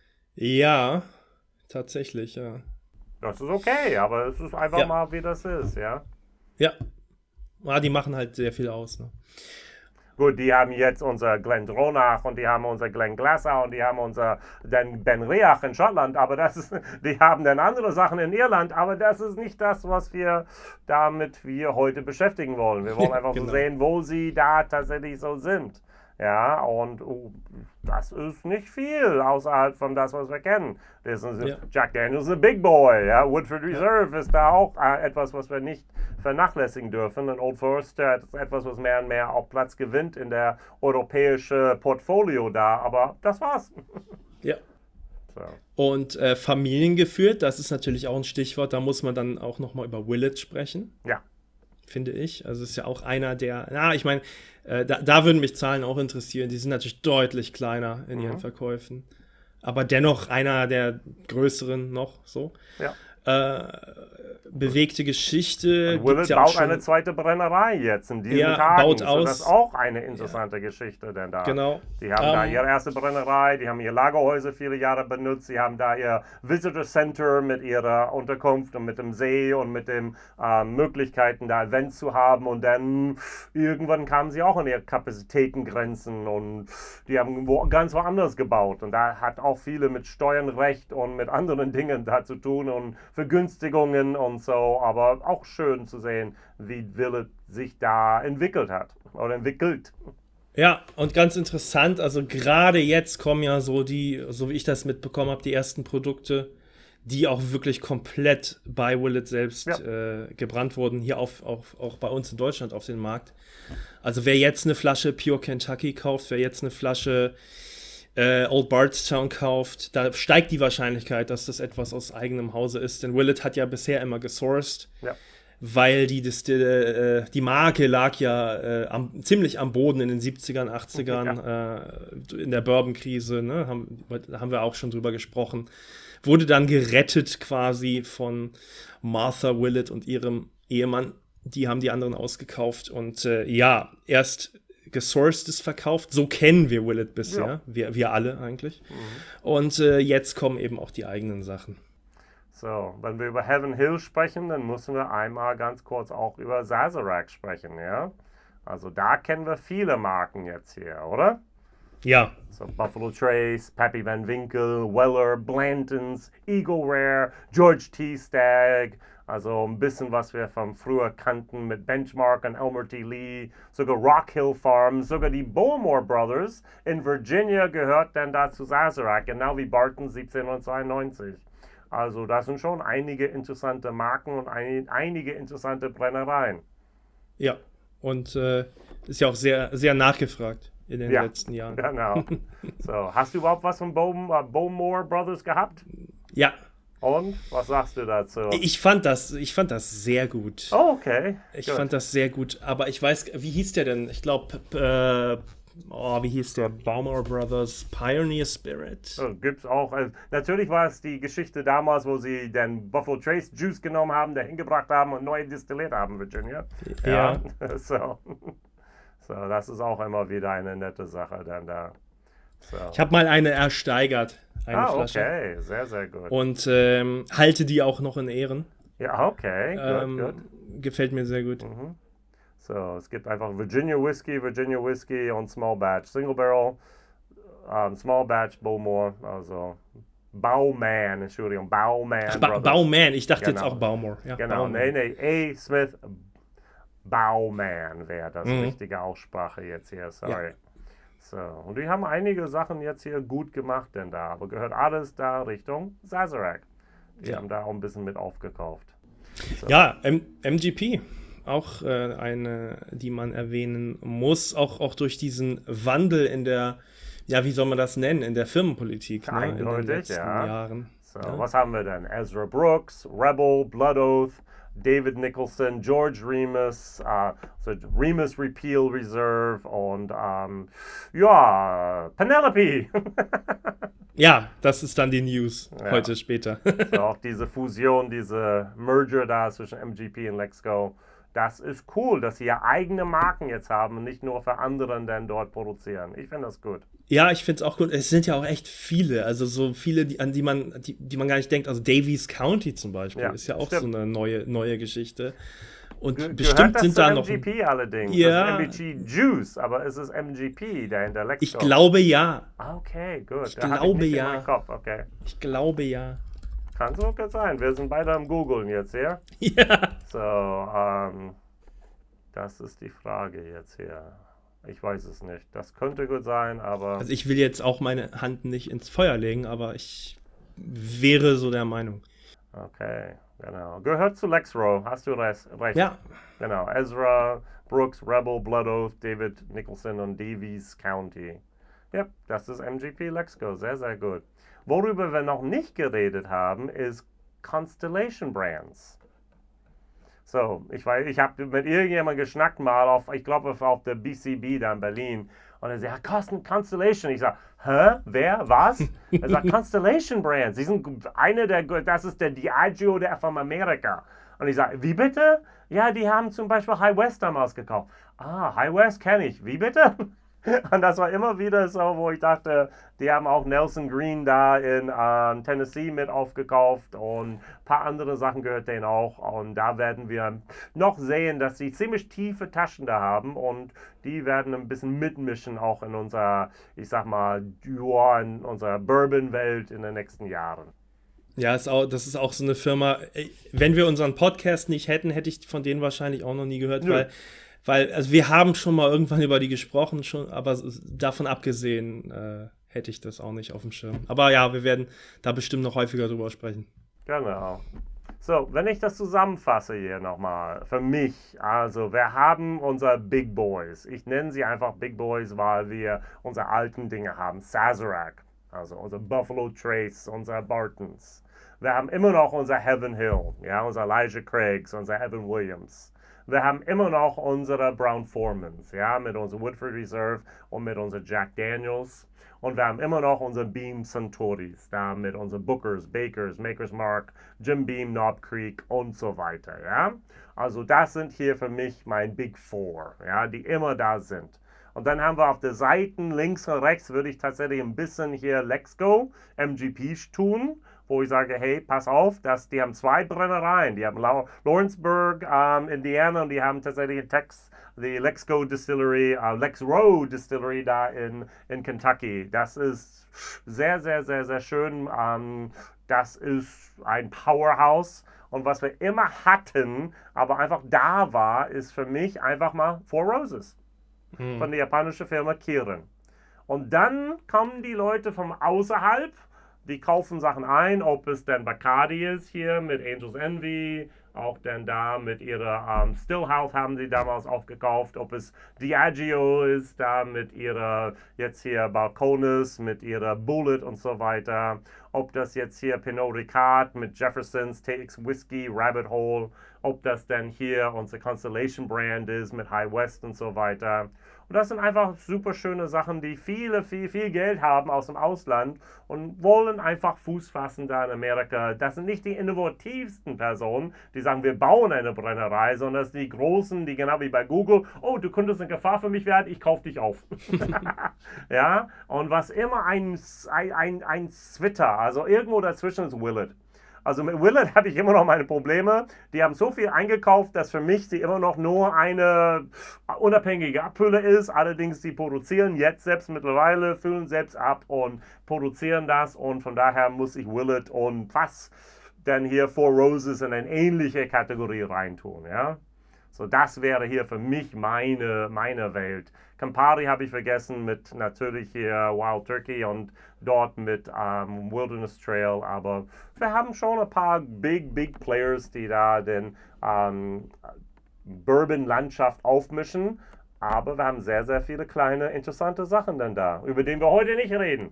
Ja, tatsächlich, ja. Das ist okay, aber es ist einfach Ja. mal, wie das ist, ja. Ja. Ah, die machen halt sehr viel aus. Ne? Gut, die haben jetzt unser Glendronach und die haben unser Glenglassaugh und die haben unser den Ben Riach in Schottland, aber das ist, die haben dann andere Sachen in Irland, aber das ist nicht das, was wir damit wir heute beschäftigen wollen. Wir wollen einfach Genau. so sehen, wo sie da tatsächlich so sind. Ja, und uh, das ist nicht viel außerhalb von das, was wir kennen. Das ist, Ja. Jack Daniels ist ein Big Boy, ja. Woodford Reserve ist da auch äh, etwas, was wir nicht vernachlässigen dürfen. Und Old Forester ist etwas, was mehr und mehr auch Platz gewinnt in der europäischen Portfolio da. Aber das war's. Ja. So. Und äh, familiengeführt, das ist natürlich auch ein Stichwort, da muss man dann auch nochmal über Willett sprechen. Ja. Finde ich. Also ist ja auch einer der, na, ich meine, äh, da, da würden mich Zahlen auch interessieren. Die sind natürlich deutlich kleiner in ihren Mhm. Verkäufen. Aber dennoch einer der größeren noch so. Ja. Äh, bewegte Geschichte. Willett Gibt's ja auch baut schon, eine zweite Brennerei jetzt in diesen Ja, Tagen. baut so, aus. das ist auch eine interessante Geschichte, denn da. Genau. Die haben da Ähm, ihre erste Brennerei, die haben ihr Lagerhäuser viele Jahre benutzt, sie haben da ihr Visitor Center mit ihrer Unterkunft und mit dem See und mit den ähm, Möglichkeiten, da Events zu haben. Und dann irgendwann kamen sie auch an ihre Kapazitätengrenzen und die haben wo, ganz woanders gebaut. Und da hat auch viele mit Steuernrecht und mit anderen Dingen da zu tun und Vergünstigungen und so. Aber auch schön zu sehen, wie Willett sich da entwickelt hat oder entwickelt. Ja, und ganz interessant, also gerade jetzt kommen ja so die, so wie ich das mitbekommen habe, die ersten Produkte, die auch wirklich komplett bei Willett selbst Ja. äh, gebrannt wurden, hier auf, auf, auch bei uns in Deutschland auf den Markt. Also wer jetzt eine Flasche Pure Kentucky kauft, wer jetzt eine Flasche äh, Old Bardstown kauft, da steigt die Wahrscheinlichkeit, dass das etwas aus eigenem Hause ist. Denn Willett hat ja bisher immer gesourced, Ja. weil die, Distille, äh, die Marke lag ja äh, am, ziemlich am Boden in den siebzigern, achtzigern, äh, in der Bourbon-Krise, ne? haben, da haben wir auch schon drüber gesprochen. Wurde dann gerettet quasi von Martha Willett und ihrem Ehemann. Die haben die anderen ausgekauft und äh, ja, erst gesourcedes verkauft. So kennen wir Willett bisher, Ja. wir, wir alle eigentlich. Und äh, jetzt kommen eben auch die eigenen Sachen. So, wenn wir über Heaven Hill sprechen, dann müssen wir einmal ganz kurz auch über Sazerac sprechen, ja? Also da kennen wir viele Marken jetzt hier, oder? Ja, So Buffalo Trace, Pappy Van Winkle, Weller, Blanton's, Eagle Rare, George T. Stagg. Also ein bisschen, was wir von früher kannten mit Benchmark und Elmer T. Lee, sogar Rock Hill Farms, sogar die Bowmore Brothers in Virginia gehört dann da zu Sazerac, genau wie Barton siebzehnhundertzweiundneunzig. Also das sind schon einige interessante Marken und ein, einige interessante Brennereien. ja. Und äh, ist ja auch sehr, sehr nachgefragt in den Ja. letzten Jahren. Genau. So, hast du überhaupt was von Bow, äh, Bowmore Brothers gehabt? Ja, Und was sagst du dazu? ich fand das, ich fand das sehr gut. Oh, okay. Ich Gut. fand das sehr gut, aber ich weiß, wie hieß der denn? Ich glaube, äh, oh, wie hieß der? Baumar Brothers Pioneer Spirit. So, gibt's auch. Äh, natürlich war es die Geschichte damals, wo sie den Buffalo Trace Juice genommen haben, dahin gebracht haben und neu destilliert haben, Virginia. Ja. so. so, das ist auch immer wieder eine nette Sache dann da. So. Ich habe mal eine ersteigert, eine Ah, Flasche. okay. Sehr, sehr gut. Und ähm, halte die auch noch in Ehren. Ja, okay. Gut, Ähm, gut. gefällt mir sehr gut. So, es gibt einfach Virginia Whiskey, Virginia Whiskey und Small Batch. Single Barrel, um, Small Batch, Bowmore, also Bowman, Entschuldigung, Bowman ba- Brothers. Bowman, ich dachte Genau. jetzt auch Bowmore. Ja, Genau, Bowman. nee, nee, A. Smith Bowman wäre das Mhm. richtige Aussprache jetzt hier, sorry. Ja. So, und die haben einige Sachen jetzt hier gut gemacht, denn da, aber gehört alles da Richtung Sazerac. Die Ja. haben da auch ein bisschen mit aufgekauft. So. Ja, M MGP, auch äh, eine, die man erwähnen muss, auch, auch durch diesen Wandel in der, ja, wie soll man das nennen, in der Firmenpolitik ne, in den Eindeutig, letzten ja. Jahren. So, Ja. was haben wir denn? Ezra Brooks, Rebel, Blood Oath, David Nicholson, George Remus, uh, so Remus Repeal Reserve und um, ja, Penelope. Ja, das ist dann die News Ja. heute später. So, auch diese Fusion, diese Merger da zwischen M G P und Lexco. Das ist cool, dass sie ja eigene Marken jetzt haben und nicht nur für anderen dann dort produzieren. Ich finde das gut. Ja, ich finde es auch gut. Es sind ja auch echt viele, also so viele, die, an die man, die, die man gar nicht denkt. Also Davies County zum Beispiel Ja, ist ja auch stimmt. so eine neue, neue Geschichte. Und Ge bestimmt gehört das sind zu da noch. M G P allerdings. Ja. Das ist M G P Juice, aber es ist M G P, der hinter Lexco. Ich glaube ja. Ah, okay, gut. Ich Da hab glaube, nicht in ja. meinem Kopf. Okay. Ich glaube ja. Kann so gut sein. Wir sind beide am Googlen jetzt hier. Ja. So, ähm, das ist die Frage jetzt hier. Ich weiß es nicht. Das könnte gut sein, aber Also ich will jetzt auch meine Hand nicht ins Feuer legen, aber ich wäre so der Meinung. okay, genau. Gehört zu Lexro, hast du recht. recht. Ja. Genau. Ezra, Brooks, Rebel, Blood Oath, David Nicholson und Davies County. Ja, das ist M G P Lexco. Sehr, sehr gut. Worüber wir noch nicht geredet haben, ist Constellation Brands. So, ich weiß, ich habe mit irgendjemandem geschnackt mal auf, ich glaube auf der B C B da in Berlin. Und er sagt, ja, Constellation. Ich sage, hä? Wer? Was? Er sagt, Constellation Brands. Sie sind eine der, das ist der Diageo der von Amerika. Und ich sage, wie bitte? Ja, die haben zum Beispiel High West damals gekauft. Ah, High West kenne ich. Wie bitte? Und das war immer wieder so, wo ich dachte, die haben auch Nelson Green da in ähm, Tennessee mit aufgekauft und ein paar andere Sachen gehört denen auch. Und da werden wir noch sehen, dass sie ziemlich tiefe Taschen da haben und die werden ein bisschen mitmischen auch in unserer, ich sag mal, ja, in unserer Bourbon-Welt in den nächsten Jahren. Ja, ist auch, das ist auch so eine Firma. Wenn wir unseren Podcast nicht hätten, hätte ich von denen wahrscheinlich auch noch nie gehört, Nö. weil Weil, also wir haben schon mal irgendwann über die gesprochen, schon, aber davon abgesehen äh, hätte ich das auch nicht auf dem Schirm. Aber ja, wir werden da bestimmt noch häufiger drüber sprechen. Genau. So, wenn ich das zusammenfasse hier nochmal, für mich, also wir haben unsere Big Boys. Ich nenne sie einfach Big Boys, weil wir unsere alten Dinge haben. Sazerac, also unser Buffalo Trace, unser Bartons. Wir haben immer noch unser Heaven Hill, ja, unser Elijah Craigs, unser Evan Williams. Wir haben immer noch unsere Brown Formans, ja, mit unserem Woodford Reserve und mit unserem Jack Daniels. Und wir haben immer noch unsere Beam Suntories, da mit unseren Bookers, Bakers, Maker's Mark, Jim Beam, Knob Creek und so weiter, ja. Also das sind hier für mich mein Big Four, ja, die immer da sind. Und dann haben wir auf der Seite links und rechts würde ich tatsächlich ein bisschen hier Lexco, M G P tun, wo ich sage, hey, pass auf, dass die haben zwei Brennereien. Die haben Lawrenceburg, ähm, Indiana und die haben tatsächlich in Texas die Lexco Distillery, uh, Lexrow Distillery da in, in Kentucky. Das ist sehr, sehr, sehr, sehr schön. Ähm, das ist ein Powerhouse. Und was wir immer hatten, aber einfach da war, ist für mich einfach mal Four Roses hm. von der japanischen Firma Kirin. Und dann kommen die Leute von außerhalb, die kaufen Sachen ein, ob es dann Bacardi ist hier mit Angel's Envy, auch dann da mit ihrer um, Stillhouse haben sie damals aufgekauft, ob es Diageo ist, da mit ihrer jetzt hier Balcones, mit ihrer Bullet und so weiter, ob das jetzt hier Pinot Ricard mit Jefferson's, T X Whiskey, Rabbit Hole, ob das dann hier unsere Constellation Brand ist mit High West und so weiter. Und das sind einfach super schöne Sachen, die viele, viel, viel Geld haben aus dem Ausland und wollen einfach Fuß fassen da in Amerika. Das sind nicht die innovativsten Personen, die sagen, wir bauen eine Brennerei, sondern das sind die Großen, die genau wie bei Google, oh, du könntest eine Gefahr für mich werden, ich kaufe dich auf. Ja, und was immer ein, ein, ein, ein Twitter, also irgendwo dazwischen ist Willett. Also mit Willett habe ich immer noch meine Probleme. Die haben so viel eingekauft, dass für mich sie immer noch nur eine unabhängige Abfüller ist. Allerdings, sie produzieren jetzt selbst mittlerweile, füllen selbst ab und produzieren das. Und von daher muss ich Willett und was denn hier Four Roses in eine ähnliche Kategorie reintun. Ja? So, das wäre hier für mich meine, meine Welt. Campari habe ich vergessen mit natürlich hier Wild Turkey und dort mit ähm, Wilderness Trail. Aber wir haben schon ein paar big, big Players, die da den ähm, Bourbon-Landschaft aufmischen. Aber wir haben sehr, sehr viele kleine, interessante Sachen dann da, über die wir heute nicht reden.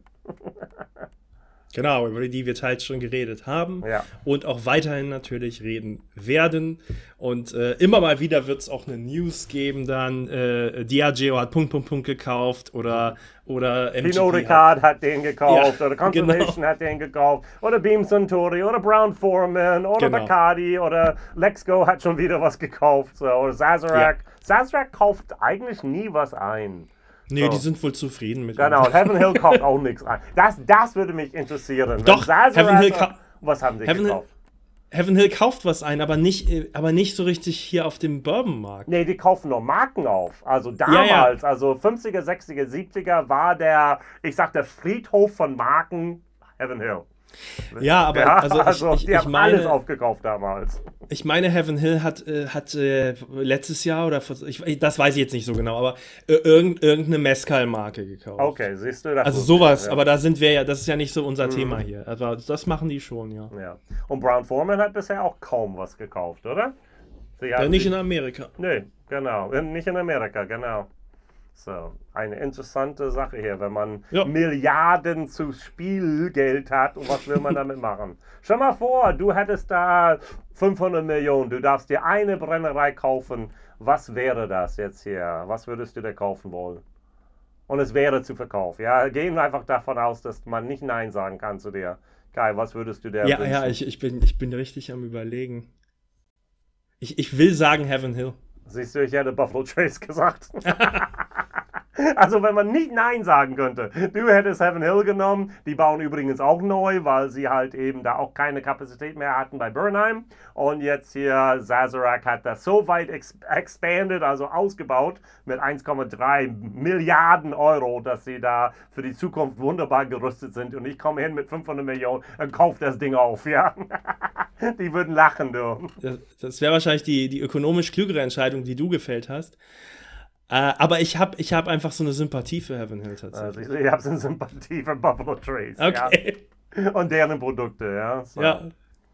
Genau, über die wir teils schon geredet haben Ja. und auch weiterhin natürlich reden werden. Und äh, immer mal wieder wird es auch eine News geben dann, äh, Diageo hat Punkt, Punkt, Punkt gekauft oder, oder M G P Pinot Ricard hat, hat den gekauft Ja, oder Constellation genau. hat den gekauft oder Beam Suntory oder Brown Forman oder Genau. Bacardi oder Lexco hat schon wieder was gekauft so, oder Sazerac. Sazerac kauft eigentlich nie was ein. Nee, So. die sind wohl zufrieden mit Genau, uns. und Heaven Hill kauft auch nichts ein. Das, das würde mich interessieren. Wenn Doch, Sazerac- Heaven Hill kau- Was haben sie Heaven Hill- gekauft? Heaven Hill kauft was ein, aber nicht, äh, aber nicht so richtig hier auf dem Bourbonmarkt. Nee, die kaufen nur Marken auf. Also damals, also fünfziger, sechziger, siebziger war der, ich sag, der Friedhof von Marken Heaven Hill. Ja, aber Ja, also, also, ich, die ich, ich haben alles meine, aufgekauft damals. ich meine, Heaven Hill hat, äh, hat äh, letztes Jahr oder vor, ich, das weiß ich jetzt nicht so genau, aber äh, irgend, irgendeine Mezcal-Marke gekauft. Okay, siehst du das? Also ist- sowas, ja. aber da sind wir ja, das ist ja nicht so unser Thema hier. Also das machen die schon, ja. Ja. Und Brown Forman hat bisher auch kaum was gekauft, oder? Sie ja haben nicht sie- in Amerika. Nee, genau. In- Nicht in Amerika, genau. So, eine interessante Sache hier, wenn man Ja. Milliarden zu Spielgeld hat und was will man damit machen? Stell mal vor, du hättest da fünfhundert Millionen, du darfst dir eine Brennerei kaufen. Was wäre das jetzt hier? Was würdest du dir kaufen wollen? Und es wäre zu Verkauf. Ja, gehen wir einfach davon aus, dass man nicht Nein sagen kann zu dir. Kai, was würdest du dir Ja, wünschen? ja, ich, ich, bin, ich bin richtig am Überlegen. Ich, ich will sagen Heaven Hill. Siehst du, ich hätte Buffalo Trace gesagt. Also wenn man nicht Nein sagen könnte. Du hättest Heaven Hill genommen. Die bauen übrigens auch neu, weil sie halt eben da auch keine Kapazität mehr hatten bei Bernheim. Und jetzt hier Sazerac hat das so weit ex expanded, also ausgebaut mit eins Komma drei Milliarden Euro, dass sie da für die Zukunft wunderbar gerüstet sind. Und ich komme hin mit fünfhundert Millionen und kaufe das Ding auf, ja. Die würden lachen, du. Das, das wäre wahrscheinlich die, die ökonomisch klügere Entscheidung, die du gefällt hast. Äh, aber ich habe ich hab einfach so eine Sympathie für Heaven Hill tatsächlich. Also ich, ich habe eine Sympathie für Buffalo Trace. Okay. Ja. Und deren Produkte, ja. So. Ja.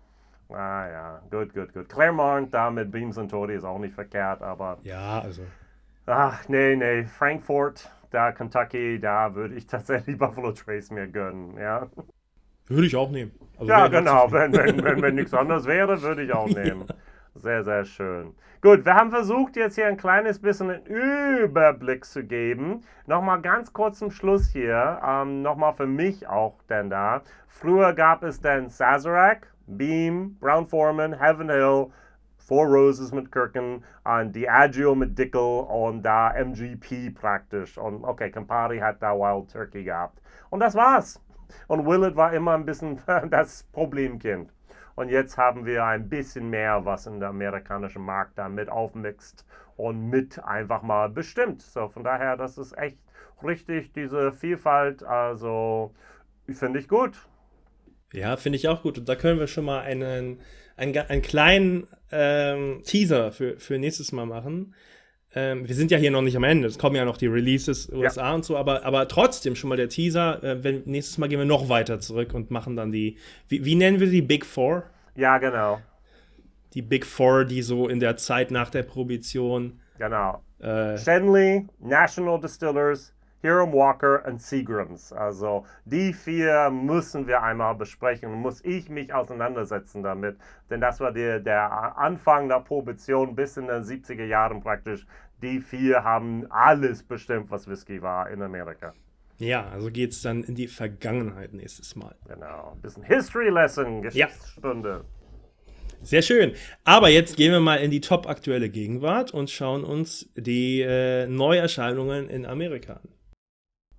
Ah ja, gut, gut, gut. Claremont da mit Beam Suntory ist auch nicht verkehrt, aber Ja, also. ach, nee, nee. Frankfurt, da Kentucky, da würde ich tatsächlich Buffalo Trace mir gönnen, ja. Würde ich auch nehmen. Also Ja, wäre ich genau. zufrieden. Wenn, wenn, wenn, wenn nichts anderes wäre, würde ich auch nehmen. Sehr, sehr schön. Gut, wir haben versucht, jetzt hier ein kleines bisschen einen Überblick zu geben. Nochmal ganz kurz zum Schluss hier, ähm, nochmal für mich auch denn da. Früher gab es dann Sazerac, Beam, Brown Forman, Heaven Hill, Four Roses mit Kirken, und Diageo mit Dickel und da M G P praktisch. Und okay, Campari hat da Wild Turkey gehabt. Und das war's. Und Willett war immer ein bisschen das Problemkind. Und jetzt haben wir ein bisschen mehr, was in der amerikanischen Markt da mit aufmixt und mit einfach mal bestimmt. So, von daher, das ist echt richtig, diese Vielfalt. Also, finde ich gut. Ja, finde ich auch gut. Und da können wir schon mal einen, einen, einen kleinen ähm, Teaser für, für nächstes Mal machen. Ähm, wir sind ja hier noch nicht am Ende. Es kommen ja noch die Releases U S A Ja. und so, aber, aber trotzdem schon mal der Teaser. Äh, wenn, nächstes Mal gehen wir noch weiter zurück und machen dann die, wie, wie nennen wir die Big Four? Ja, genau. Die Big Four, die so in der Zeit nach der Prohibition. Genau. Äh, Shenley, National Distillers, Hiram Walker und Seagrams. Also die vier müssen wir einmal besprechen und muss ich mich auseinandersetzen damit. Denn das war der, der Anfang der Prohibition bis in den siebziger Jahren praktisch. Die vier haben alles bestimmt, was Whisky war in Amerika. ja, also geht es dann in die Vergangenheit nächstes Mal. Genau. Ein bisschen History Lesson, Geschichtsstunde. Sehr schön. Aber jetzt gehen wir mal in die top aktuelle Gegenwart und schauen uns die äh, Neuerscheinungen in Amerika an.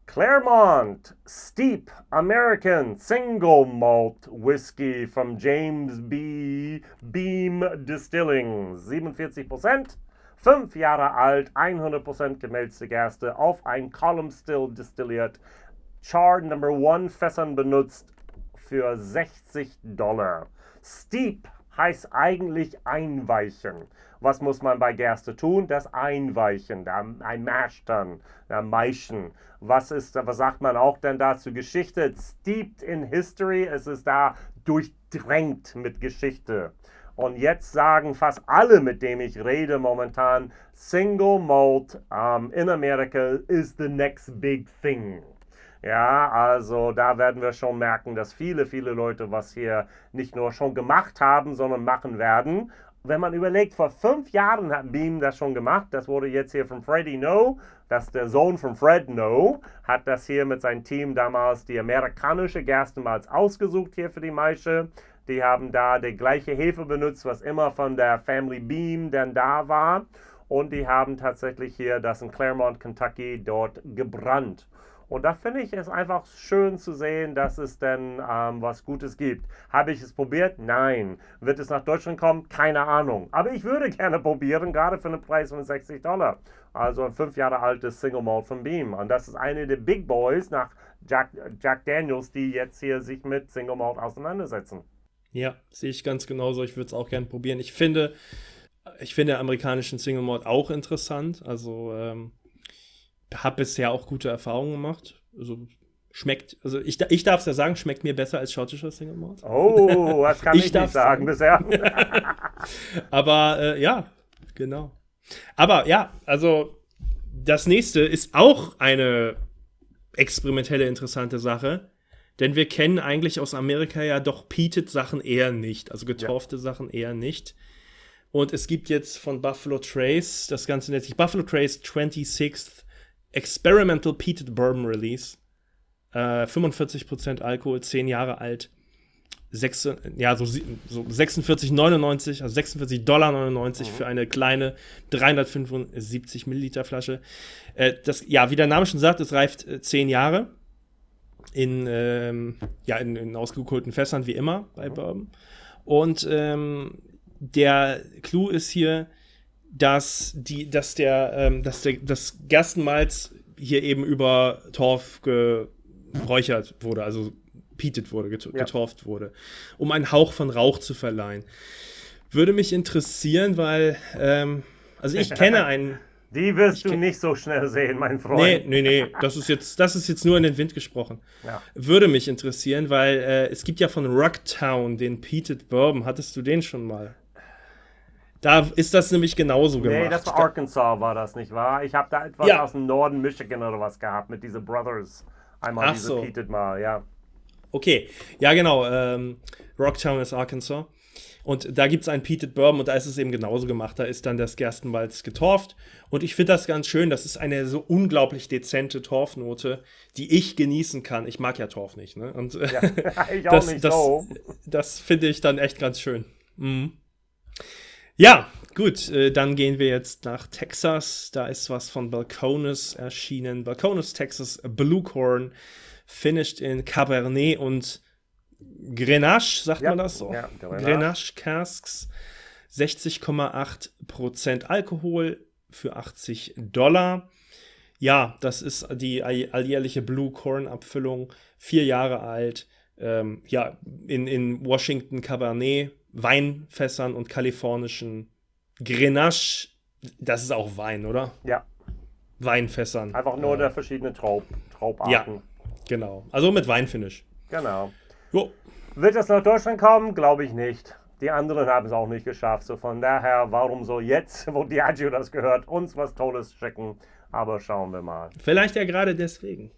Claremont Steep American Single Malt Whiskey from James B. Beam Distilling. siebenundvierzig Prozent, fünf Jahre alt, hundert Prozent gemälzte Gerste, auf ein Column Still destilliert, Char Number One Fässern benutzt für sechzig Dollar. Steep heißt eigentlich einweichen. Was muss man bei Gerste tun? Das Einweichen, ein Mashtern, Maischen. Was ist, was sagt man auch denn dazu? Geschichte, steeped in history, es ist da durchdrängt mit Geschichte. Und jetzt sagen fast alle, mit denen ich rede momentan, Single Malt um, in Amerika is the next big thing. Ja, also da werden wir schon merken, dass viele, viele Leute was hier nicht nur schon gemacht haben, sondern machen werden. Wenn man überlegt, vor fünf Jahren hat Beam das schon gemacht. Das wurde jetzt hier von Freddie No, das ist der Sohn von Fred No, hat das hier mit seinem Team damals die amerikanische Gerstenmalz ausgesucht hier für die Maische. Die haben da die gleiche Hefe benutzt, was immer von der Family Beam dann da war. Und die haben tatsächlich hier das in Claremont, Kentucky, dort gebrannt. Und da finde ich es einfach schön zu sehen, dass es denn ähm, was Gutes gibt. Habe ich es probiert? Nein. Wird es nach Deutschland kommen? Keine Ahnung. Aber ich würde gerne probieren, gerade für einen Preis von sechzig Dollar. Also ein fünf Jahre altes Single Malt von Beam. Und das ist eine der Big Boys nach Jack, Jack Daniels, die jetzt hier sich mit Single Malt auseinandersetzen. Ja, sehe ich ganz genauso. Ich würde es auch gerne probieren. Ich finde, ich finde amerikanischen Single Malt auch interessant. Also, ähm, habe bisher auch gute Erfahrungen gemacht. Also schmeckt, also ich, ich darf es ja sagen, schmeckt mir besser als schottischer Single Malt. Oh, das kann ich, ich nicht sagen, sagen bisher. Aber äh, ja, genau. Aber ja, also das nächste ist auch eine experimentelle, interessante Sache. Denn wir kennen eigentlich aus Amerika ja doch peated Sachen eher nicht. Also getorfte ja. Sachen eher nicht. Und es gibt jetzt von Buffalo Trace, das Ganze nennt sich Buffalo Trace twenty-sixth Experimental Peated Bourbon Release. Äh, fünfundvierzig Prozent Alkohol, zehn Jahre alt. sechs, ja, so, so sechsundvierzig neunundneunzig, also sechsundvierzig Dollar neunundneunzig mhm. für eine kleine dreihundertfünfundsiebzig Milliliter Flasche. Äh, das, ja, wie der Name schon sagt, es reift äh, zehn Jahre. In, ähm, ja, in, in ausgekohlten Fässern, wie immer bei mhm. Bourbon. Und ähm, der Clou ist hier, dass die, dass der, ähm, dass der, das Gerstenmalz hier eben über Torf geräuchert wurde, also peated wurde, get- ja. getorft wurde, um einen Hauch von Rauch zu verleihen. Würde mich interessieren, weil, ähm, also ich kenne einen. Die wirst du kenn- nicht so schnell sehen, mein Freund. Nee, nee, nee, das ist jetzt, das ist jetzt nur in den Wind gesprochen. Ja. Würde mich interessieren, weil äh, es gibt ja von Rocktown den Peated Bourbon. Hattest du den schon mal? Da ist das nämlich genauso gemacht. Nee, das war Arkansas, war das, nicht wahr? Ich habe da etwas ja. aus dem Norden Michigan oder was gehabt mit diesen Brothers. Einmal Ach diese so. Peated mal, ja. Okay, ja genau, ähm, Rocktown ist Arkansas. Und da gibt es einen Peated Bourbon und da ist es eben genauso gemacht. Da ist dann das Gerstenmalz getorft. Und ich finde das ganz schön. Das ist eine so unglaublich dezente Torfnote, die ich genießen kann. Ich mag ja Torf nicht, ne? Und äh, ja, ich auch das, nicht das, so. Das finde ich dann echt ganz schön. Mhm. Ja, gut, äh, dann gehen wir jetzt nach Texas. Da ist was von Balcones erschienen. Balcones, Texas, Blue Corn, finished in Cabernet und Grenache, sagt ja, man das so? Ja, Grenache Casks, sechzig Komma acht Prozent Alkohol für achtzig Dollar. Ja, das ist die alljährliche Blue Corn Abfüllung, vier Jahre alt. Ähm, ja, in, in Washington Cabernet, Weinfässern und kalifornischen Grenache. Das ist auch Wein, oder? Ja. Weinfässern. Einfach nur äh, der verschiedenen Traub, Traubarten. Ja, genau. Also mit Weinfinish. Genau. Jo. Wird das nach Deutschland kommen? Glaube ich nicht. Die anderen haben es auch nicht geschafft. So von daher, warum soll jetzt, wo Diageo das gehört, uns was Tolles schicken? Aber schauen wir mal. Vielleicht ja gerade deswegen.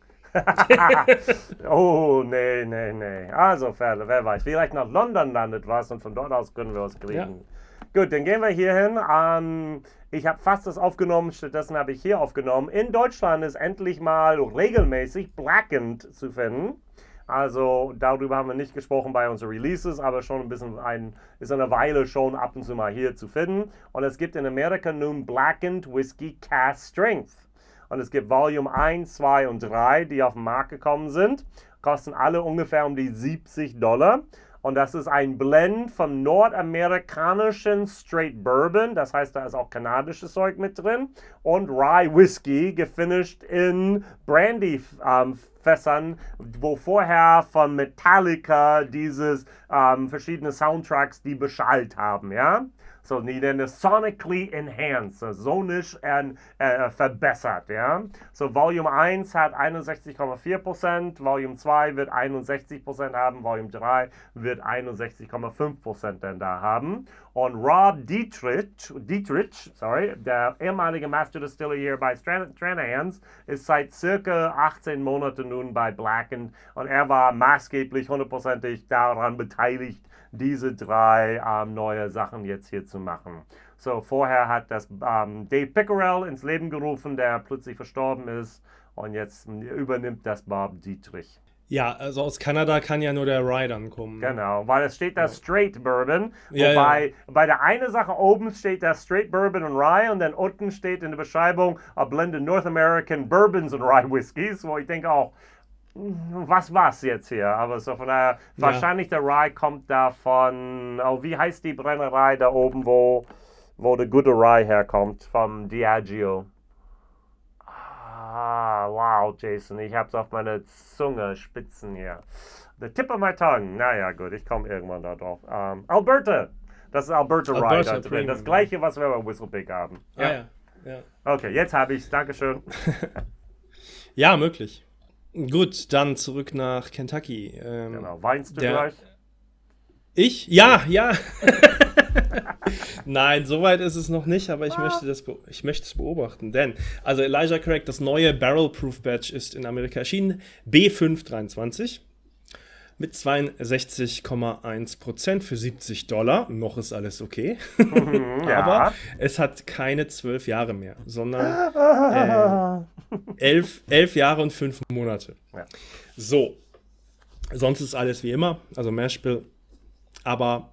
Oh, nee, nee, nee. Also, Ferle, wer weiß. Vielleicht nach London landet was und von dort aus können wir was kriegen. Ja. Gut, dann gehen wir hier hin. Ähm, ich habe fast das aufgenommen, stattdessen habe ich hier aufgenommen. In Deutschland ist endlich mal regelmäßig Blackened zu finden. Also darüber haben wir nicht gesprochen bei unseren Releases, aber schon ein bisschen ein, ist eine Weile schon ab und zu mal hier zu finden. Und es gibt in Amerika nun Blackened Whiskey Cask Strength. Und es gibt Volume eins, zwei und drei, die auf den Markt gekommen sind. Kosten alle ungefähr um die siebzig Dollar. Und das ist ein Blend von nordamerikanischen Straight Bourbon, das heißt, da ist auch kanadisches Zeug mit drin, und Rye Whiskey, gefinished in Brandy-Fässern, ähm, wo vorher von Metallica dieses ähm, verschiedene Soundtracks die beschallt haben, ja. So, die nennen es sonically enhanced, sonisch äh, äh, verbessert, ja. So, Volume eins hat einundsechzig Komma vier Prozent, Volume zwei wird einundsechzig Prozent haben, Volume drei wird einundsechzig Komma fünf Prozent dann da haben. Und Rob Dietrich, Dietrich, sorry, der ehemalige Master Distiller hier bei Stran- Stranahans, ist seit circa achtzehn Monaten nun bei Blackened und er war maßgeblich hundertprozentig daran beteiligt, diese drei ähm, neue Sachen jetzt hier zu machen. So, vorher hat das ähm, Dave Pickerell ins Leben gerufen, der plötzlich verstorben ist und jetzt übernimmt das Bob Dietrich. Ja, also aus Kanada kann ja nur der Rye dann kommen. Ne? Genau, weil es steht da Straight Bourbon, Ja, wobei ja. bei der einen Sache oben steht da Straight Bourbon und Rye und dann unten steht in der Beschreibung a blend of North American Bourbons und Rye Whiskies, wo ich denke auch, was war's jetzt hier? Aber so von daher, Ja. wahrscheinlich der Rye kommt da von, oh, wie heißt die Brennerei da oben, wo, wo der gute Rye herkommt, vom Diageo. Ah, wow, Jason, ich hab's auf meine Zunge, Spitzen hier. The tip of my tongue. Naja, gut, ich komme irgendwann da drauf. Um, Alberta. Das ist Alberta, Rye Alberta da drin. Premium. Das gleiche, was wir bei Whistlepick haben. Ah, ja. Ja. Okay, jetzt habe ich's. Dankeschön. Ja, möglich. Gut, dann zurück nach Kentucky. Ähm, Genau, weinst du der- gleich? Ich? Ja, ja. Nein, soweit ist es noch nicht, aber ich möchte das be- ich möchte es beobachten. Denn, also Elijah Craig, das neue Barrel Proof Batch ist in Amerika erschienen. B fünf dreiundzwanzig mit zweiundsechzig Komma eins Prozent für siebzig Dollar. Noch ist alles okay. Ja. Aber es hat keine zwölf Jahre mehr, sondern äh, elf, elf Jahre und fünf Monate. Ja. So. Sonst ist alles wie immer, also Mashbill. Aber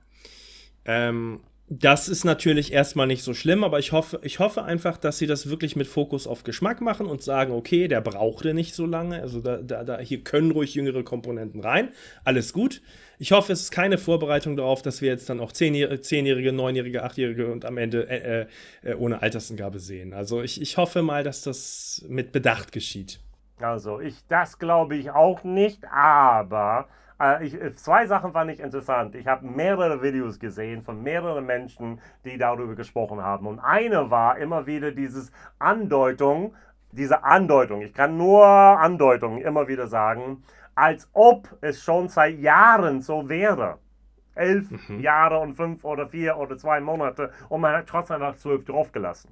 ähm, das ist natürlich erstmal nicht so schlimm, aber ich hoffe, ich hoffe einfach, dass sie das wirklich mit Fokus auf Geschmack machen und sagen, okay, der brauchte nicht so lange, also da, da, da hier können ruhig jüngere Komponenten rein, alles gut. Ich hoffe, es ist keine Vorbereitung darauf, dass wir jetzt dann auch zehnjährige, zehnjährige neunjährige, achtjährige und am Ende äh, äh, ohne Altersangabe sehen. Also ich, ich hoffe mal, dass das mit Bedacht geschieht. Also, ich, das glaube ich auch nicht, aber äh, ich, zwei Sachen fand ich interessant. Ich habe mehrere Videos gesehen von mehreren Menschen, die darüber gesprochen haben. Und eine war immer wieder dieses Andeutung, diese Andeutung, ich kann nur Andeutung immer wieder sagen, als ob es schon seit Jahren so wäre. Elf Jahre und fünf oder vier oder zwei Monate und man hat trotzdem einfach zwölf draufgelassen.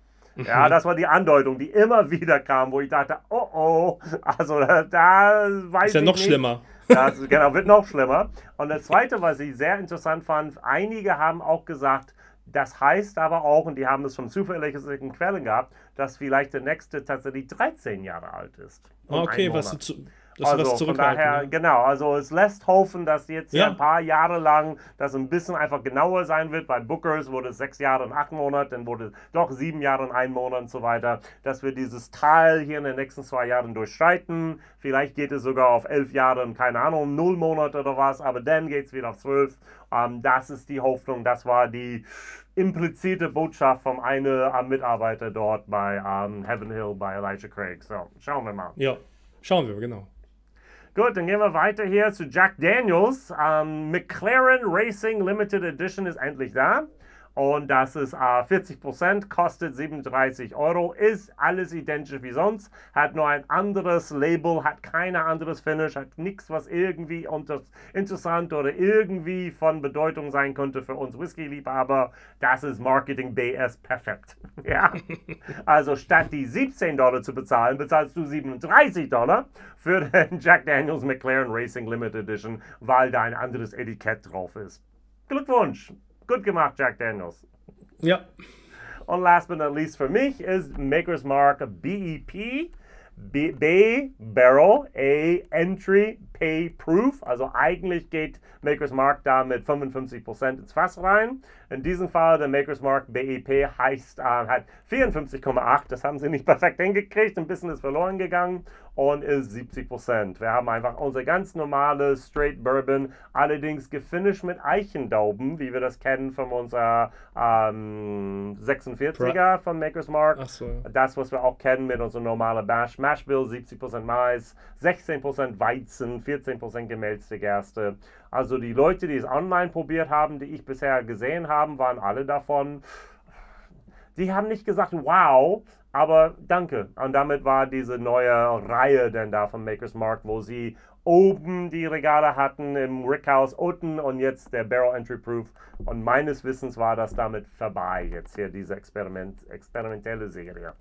Ja, das war die Andeutung, die immer wieder kam, wo ich dachte, oh oh, also da, da weiß Ist ja ich noch nicht. schlimmer. Das, genau, wird noch schlimmer. Und das Zweite, was ich sehr interessant fand, einige haben auch gesagt, das heißt aber auch, und die haben es von zuverlässigen Quellen gehabt, dass vielleicht der nächste tatsächlich dreizehn Jahre alt ist. Und ein Okay, was, Monat. zu, dass Also was von zurückhalten. daher, ja. genau, also es lässt hoffen, dass jetzt Ja. ein paar Jahre lang das ein bisschen einfach genauer sein wird. Bei Bookers wurde es sechs Jahre und acht Monate, dann wurde es doch sieben Jahre und ein Monat und so weiter, dass wir dieses Tal hier in den nächsten zwei Jahren durchschreiten. Vielleicht geht es sogar auf elf Jahre und keine Ahnung, null Monate oder was, aber dann geht es wieder auf zwölf. Ähm, das ist die Hoffnung, das war die implizite Botschaft von einem äh, Mitarbeiter dort bei ähm, Heaven Hill bei Elijah Craig. So, schauen wir mal. Ja, schauen wir, genau. Gut, dann gehen wir weiter hier zu Jack Daniels. Ähm, McLaren Racing Limited Edition ist endlich da. Und das ist äh, vierzig Prozent, kostet siebenunddreißig Euro, ist alles identisch wie sonst, hat nur ein anderes Label, hat kein anderes Finish, hat nichts, was irgendwie unter interessant oder irgendwie von Bedeutung sein könnte für uns Whisky-Liebhaber. Das ist Marketing B S perfekt. Ja? Also statt die siebzehn Dollar zu bezahlen, bezahlst du siebenunddreißig Dollar für den Jack Daniels McLaren Racing Limited Edition, weil da ein anderes Etikett drauf ist. Glückwunsch! Gut gemacht, Jack Daniels. Ja, Und last but not least für mich ist Maker's Mark B E P. B, B Barrel, A Entry Pay Proof. Also eigentlich geht Maker's Mark da mit fünfundfünfzig Prozent ins Fass rein. In diesem Fall der Maker's Mark B E P heißt, äh, hat vierundfünfzig Komma acht. Das haben sie nicht perfekt hingekriegt. Ein bisschen ist verloren gegangen und ist siebzig Prozent. Wir haben einfach unser ganz normales Straight Bourbon, allerdings gefinisht mit Eichendauben, wie wir das kennen von unserer ähm, sechsundvierziger von Maker's Mark. Ach so. Das, was wir auch kennen mit unserer normalen Bash. Mash Bill, siebzig Prozent Mais, sechzehn Prozent Weizen, vierzehn Prozent gemälzte Gerste. Also die Leute, die es online probiert haben, die ich bisher gesehen habe, waren alle davon. Die haben nicht gesagt, wow, aber danke. Und damit war diese neue Reihe denn da von Maker's Mark, wo sie oben die Regale hatten im Rickhouse unten und jetzt der Barrel Entry Proof. Und meines Wissens war das damit vorbei, jetzt hier diese Experiment, experimentelle Serie.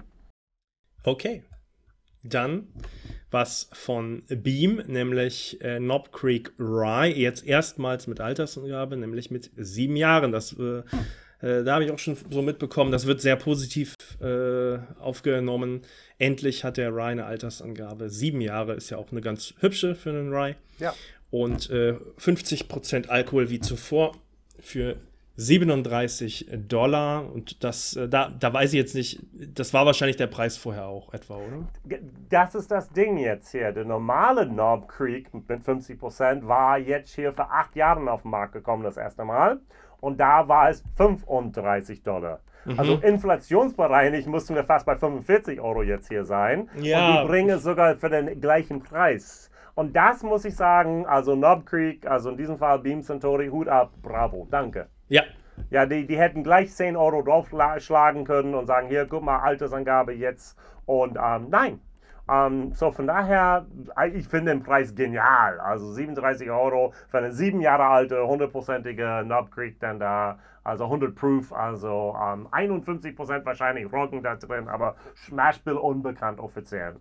Okay. Dann was von Beam, nämlich äh, Knob Creek Rye, jetzt erstmals mit Altersangabe, nämlich mit sieben Jahren. Das, äh, äh, da habe ich auch schon so mitbekommen, das wird sehr positiv äh, aufgenommen. Endlich hat der Rye eine Altersangabe. Sieben Jahre ist ja auch eine ganz hübsche für einen Rye. Ja. Und äh, fünfzig Prozent Alkohol wie zuvor für siebenunddreißig Dollar und das, äh, da, da weiß ich jetzt nicht, das war wahrscheinlich der Preis vorher auch etwa, oder? Das ist das Ding jetzt hier. Der normale Knob Creek mit fünfzig Prozent war jetzt hier vor acht Jahren auf den Markt gekommen, das erste Mal. Und da war es fünfunddreißig Dollar. Mhm. Also inflationsbereinigt mussten wir fast bei fünfundvierzig Euro jetzt hier sein. Ja. Und die bringen es sogar für den gleichen Preis. Und das muss ich sagen, also Knob Creek, also in diesem Fall Beam Suntory, Hut ab, bravo, danke. Ja. Ja, die, die hätten gleich zehn Euro draufschlagen können und sagen, hier, guck mal, Altersangabe jetzt. Und ähm, nein. Ähm, so von daher, ich finde den Preis genial. Also siebenunddreißig Euro für eine sieben Jahre alte, hundertprozentige Knob Creek dann da. Also hundert Proof, also ähm, einundfünfzig Prozent wahrscheinlich Roggen da drin, aber Smash Bill unbekannt offiziell.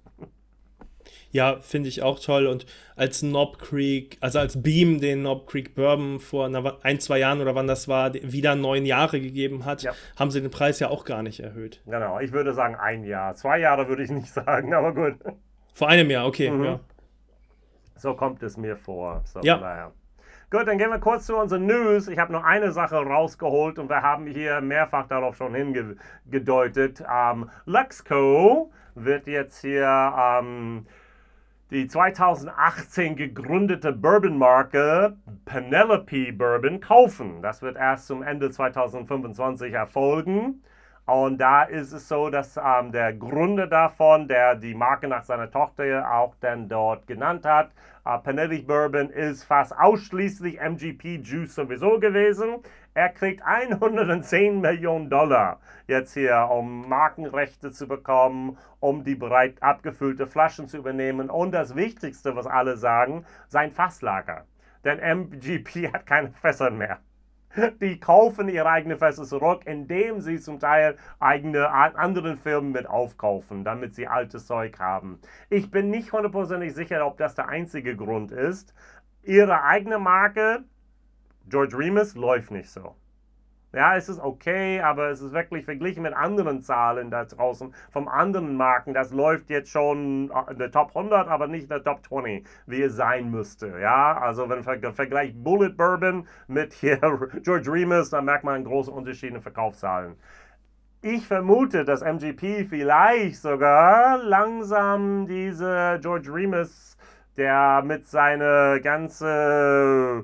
Ja, finde ich auch toll. Und als Knob Creek, also als Beam den Knob Creek Bourbon vor einer, ein, zwei Jahren oder wann das war, wieder neun Jahre gegeben hat, ja, haben sie den Preis ja auch gar nicht erhöht. Genau, ich würde sagen ein Jahr. Zwei Jahre würde ich nicht sagen, aber gut. Vor einem Jahr, okay. Mhm. Ja. So kommt es mir vor. So, ja. Naja. Gut, dann gehen wir kurz zu unseren News. Ich habe noch eine Sache rausgeholt und wir haben hier mehrfach darauf schon hingedeutet. Ähm, Luxco wird jetzt hier ähm, die zweitausendachtzehn gegründete Bourbon-Marke Penelope Bourbon kaufen. Das wird erst zum Ende zweitausendfünfundzwanzig erfolgen. Und da ist es so, dass ähm, der Gründer davon, der die Marke nach seiner Tochter auch dann dort genannt hat, äh, Penelope Bourbon ist fast ausschließlich M G P Juice sowieso gewesen. Er kriegt hundertzehn Millionen Dollar jetzt hier, um Markenrechte zu bekommen, um die bereit abgefüllte Flaschen zu übernehmen. Und das Wichtigste, was alle sagen, sein Fasslager. Denn M G P hat keine Fässer mehr. Die kaufen ihre eigenen Fässer zurück, indem sie zum Teil eigene anderen Firmen mit aufkaufen, damit sie altes Zeug haben. Ich bin nicht hundertprozentig sicher, ob das der einzige Grund ist. Ihre eigene Marke, George Remus, läuft nicht so. Ja, es ist okay, aber es ist wirklich verglichen mit anderen Zahlen da draußen, von anderen Marken, das läuft jetzt schon in der Top hundert, aber nicht in der Top zwanzig, wie es sein müsste. Ja, also wenn man vergleicht Bullet Bourbon mit hier George Remus, dann merkt man einen großen Unterschied in den Verkaufszahlen. Ich vermute, dass M G P vielleicht sogar langsam diese George Remus, der mit seiner ganzen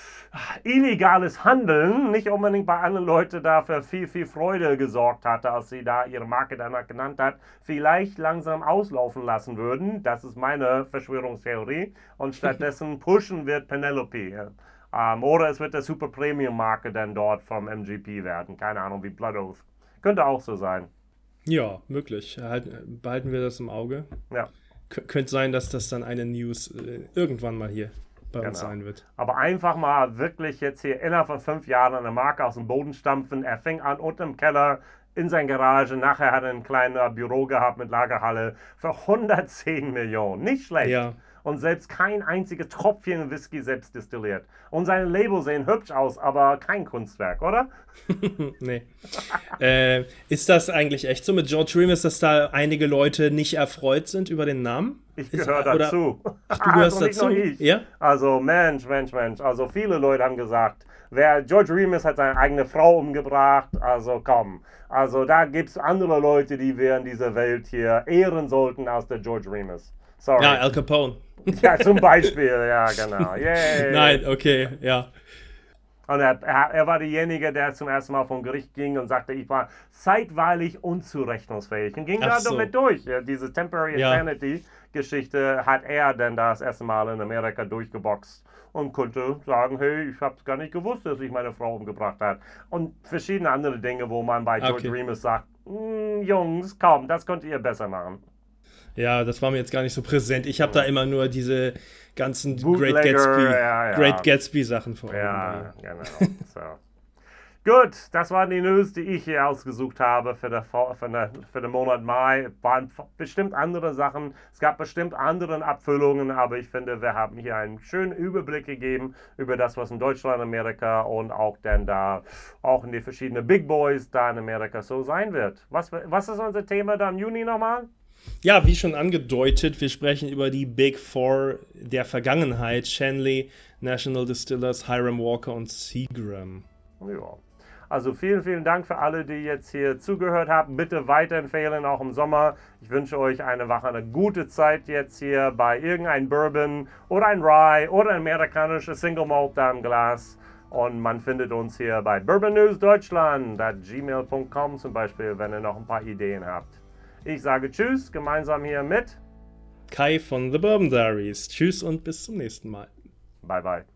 illegales Handeln nicht unbedingt bei anderen Leuten dafür viel, viel Freude gesorgt hatte, als sie da ihre Marke danach genannt hat, vielleicht langsam auslaufen lassen würden. Das ist meine Verschwörungstheorie. Und stattdessen pushen wird Penelope. Ähm, oder es wird der Super Premium Marke dann dort vom M G P werden. Keine Ahnung, wie Blood Oath. Könnte auch so sein. Ja, möglich. Halt, behalten wir das im Auge. Ja. K- könnte sein, dass das dann eine News äh, irgendwann mal hier bei uns Genau. sein wird. Aber einfach mal wirklich jetzt hier innerhalb von fünf Jahren eine Marke aus dem Boden stampfen. Er fing an unten im Keller in seiner Garage. Nachher hat er ein kleines Büro gehabt mit Lagerhalle für hundertzehn Millionen. Nicht schlecht. Ja. und selbst kein einziges Tropfen Whisky selbst destilliert. Und seine Labels sehen hübsch aus, aber kein Kunstwerk, oder? Nee. äh, ist das eigentlich echt so mit George Remus, dass da einige Leute nicht erfreut sind über den Namen? Ich gehöre dazu. Ach, du gehörst also nicht dazu? nur ich. Ja? Also Mensch, Mensch, Mensch. Also viele Leute haben gesagt, wer George Remus hat seine eigene Frau umgebracht. Also komm. Also da gibt es andere Leute, die wir in dieser Welt hier ehren sollten als der George Remus. Sorry. Ja, Al Capone. Ja, zum Beispiel. Ja, genau. Yay. Nein, okay, ja. Und er, er, er war derjenige, der zum ersten Mal vom Gericht ging und sagte, ich war zeitweilig unzurechnungsfähig und ging Ach da so. damit durch. Ja, diese Temporary Ja. Insanity-Geschichte hat er dann das erste Mal in Amerika durchgeboxt und konnte sagen, hey, ich habe es gar nicht gewusst, dass ich meine Frau umgebracht habe. Und verschiedene andere Dinge, wo man bei George Okay. Remus sagt, Jungs, komm, das könnt ihr besser machen. Ja, das war mir jetzt gar nicht so präsent. Ich habe da immer nur diese ganzen Bootlegger, Great Gatsby, ja, ja. Great Gatsby Sachen vor Augen. Ja, genau. So. Gut, das waren die News, die ich hier ausgesucht habe für, der, für, der, für den Monat Mai. Waren bestimmt andere Sachen. Es gab bestimmt andere Abfüllungen, aber ich finde, wir haben hier einen schönen Überblick gegeben über das, was in Deutschland, Amerika und auch dann da, auch in die verschiedenen Big Boys da in Amerika so sein wird. Was, was ist unser Thema da im Juni nochmal? Ja, wie schon angedeutet, wir sprechen über die Big Four der Vergangenheit. Shanley, National Distillers, Hiram Walker und Seagram. Ja. Also vielen, vielen Dank für alle, die jetzt hier zugehört haben. Bitte weiterempfehlen, auch im Sommer. Ich wünsche euch eine Woche, eine gute Zeit jetzt hier bei irgendein Bourbon oder ein Rye oder ein amerikanisches Single Malt da im Glas. Und man findet uns hier bei bourbon news deutschland at gmail punkt com zum Beispiel, wenn ihr noch ein paar Ideen habt. Ich sage Tschüss, gemeinsam hier mit Kai von The Bourbon Diaries. Tschüss und bis zum nächsten Mal. Bye Bye.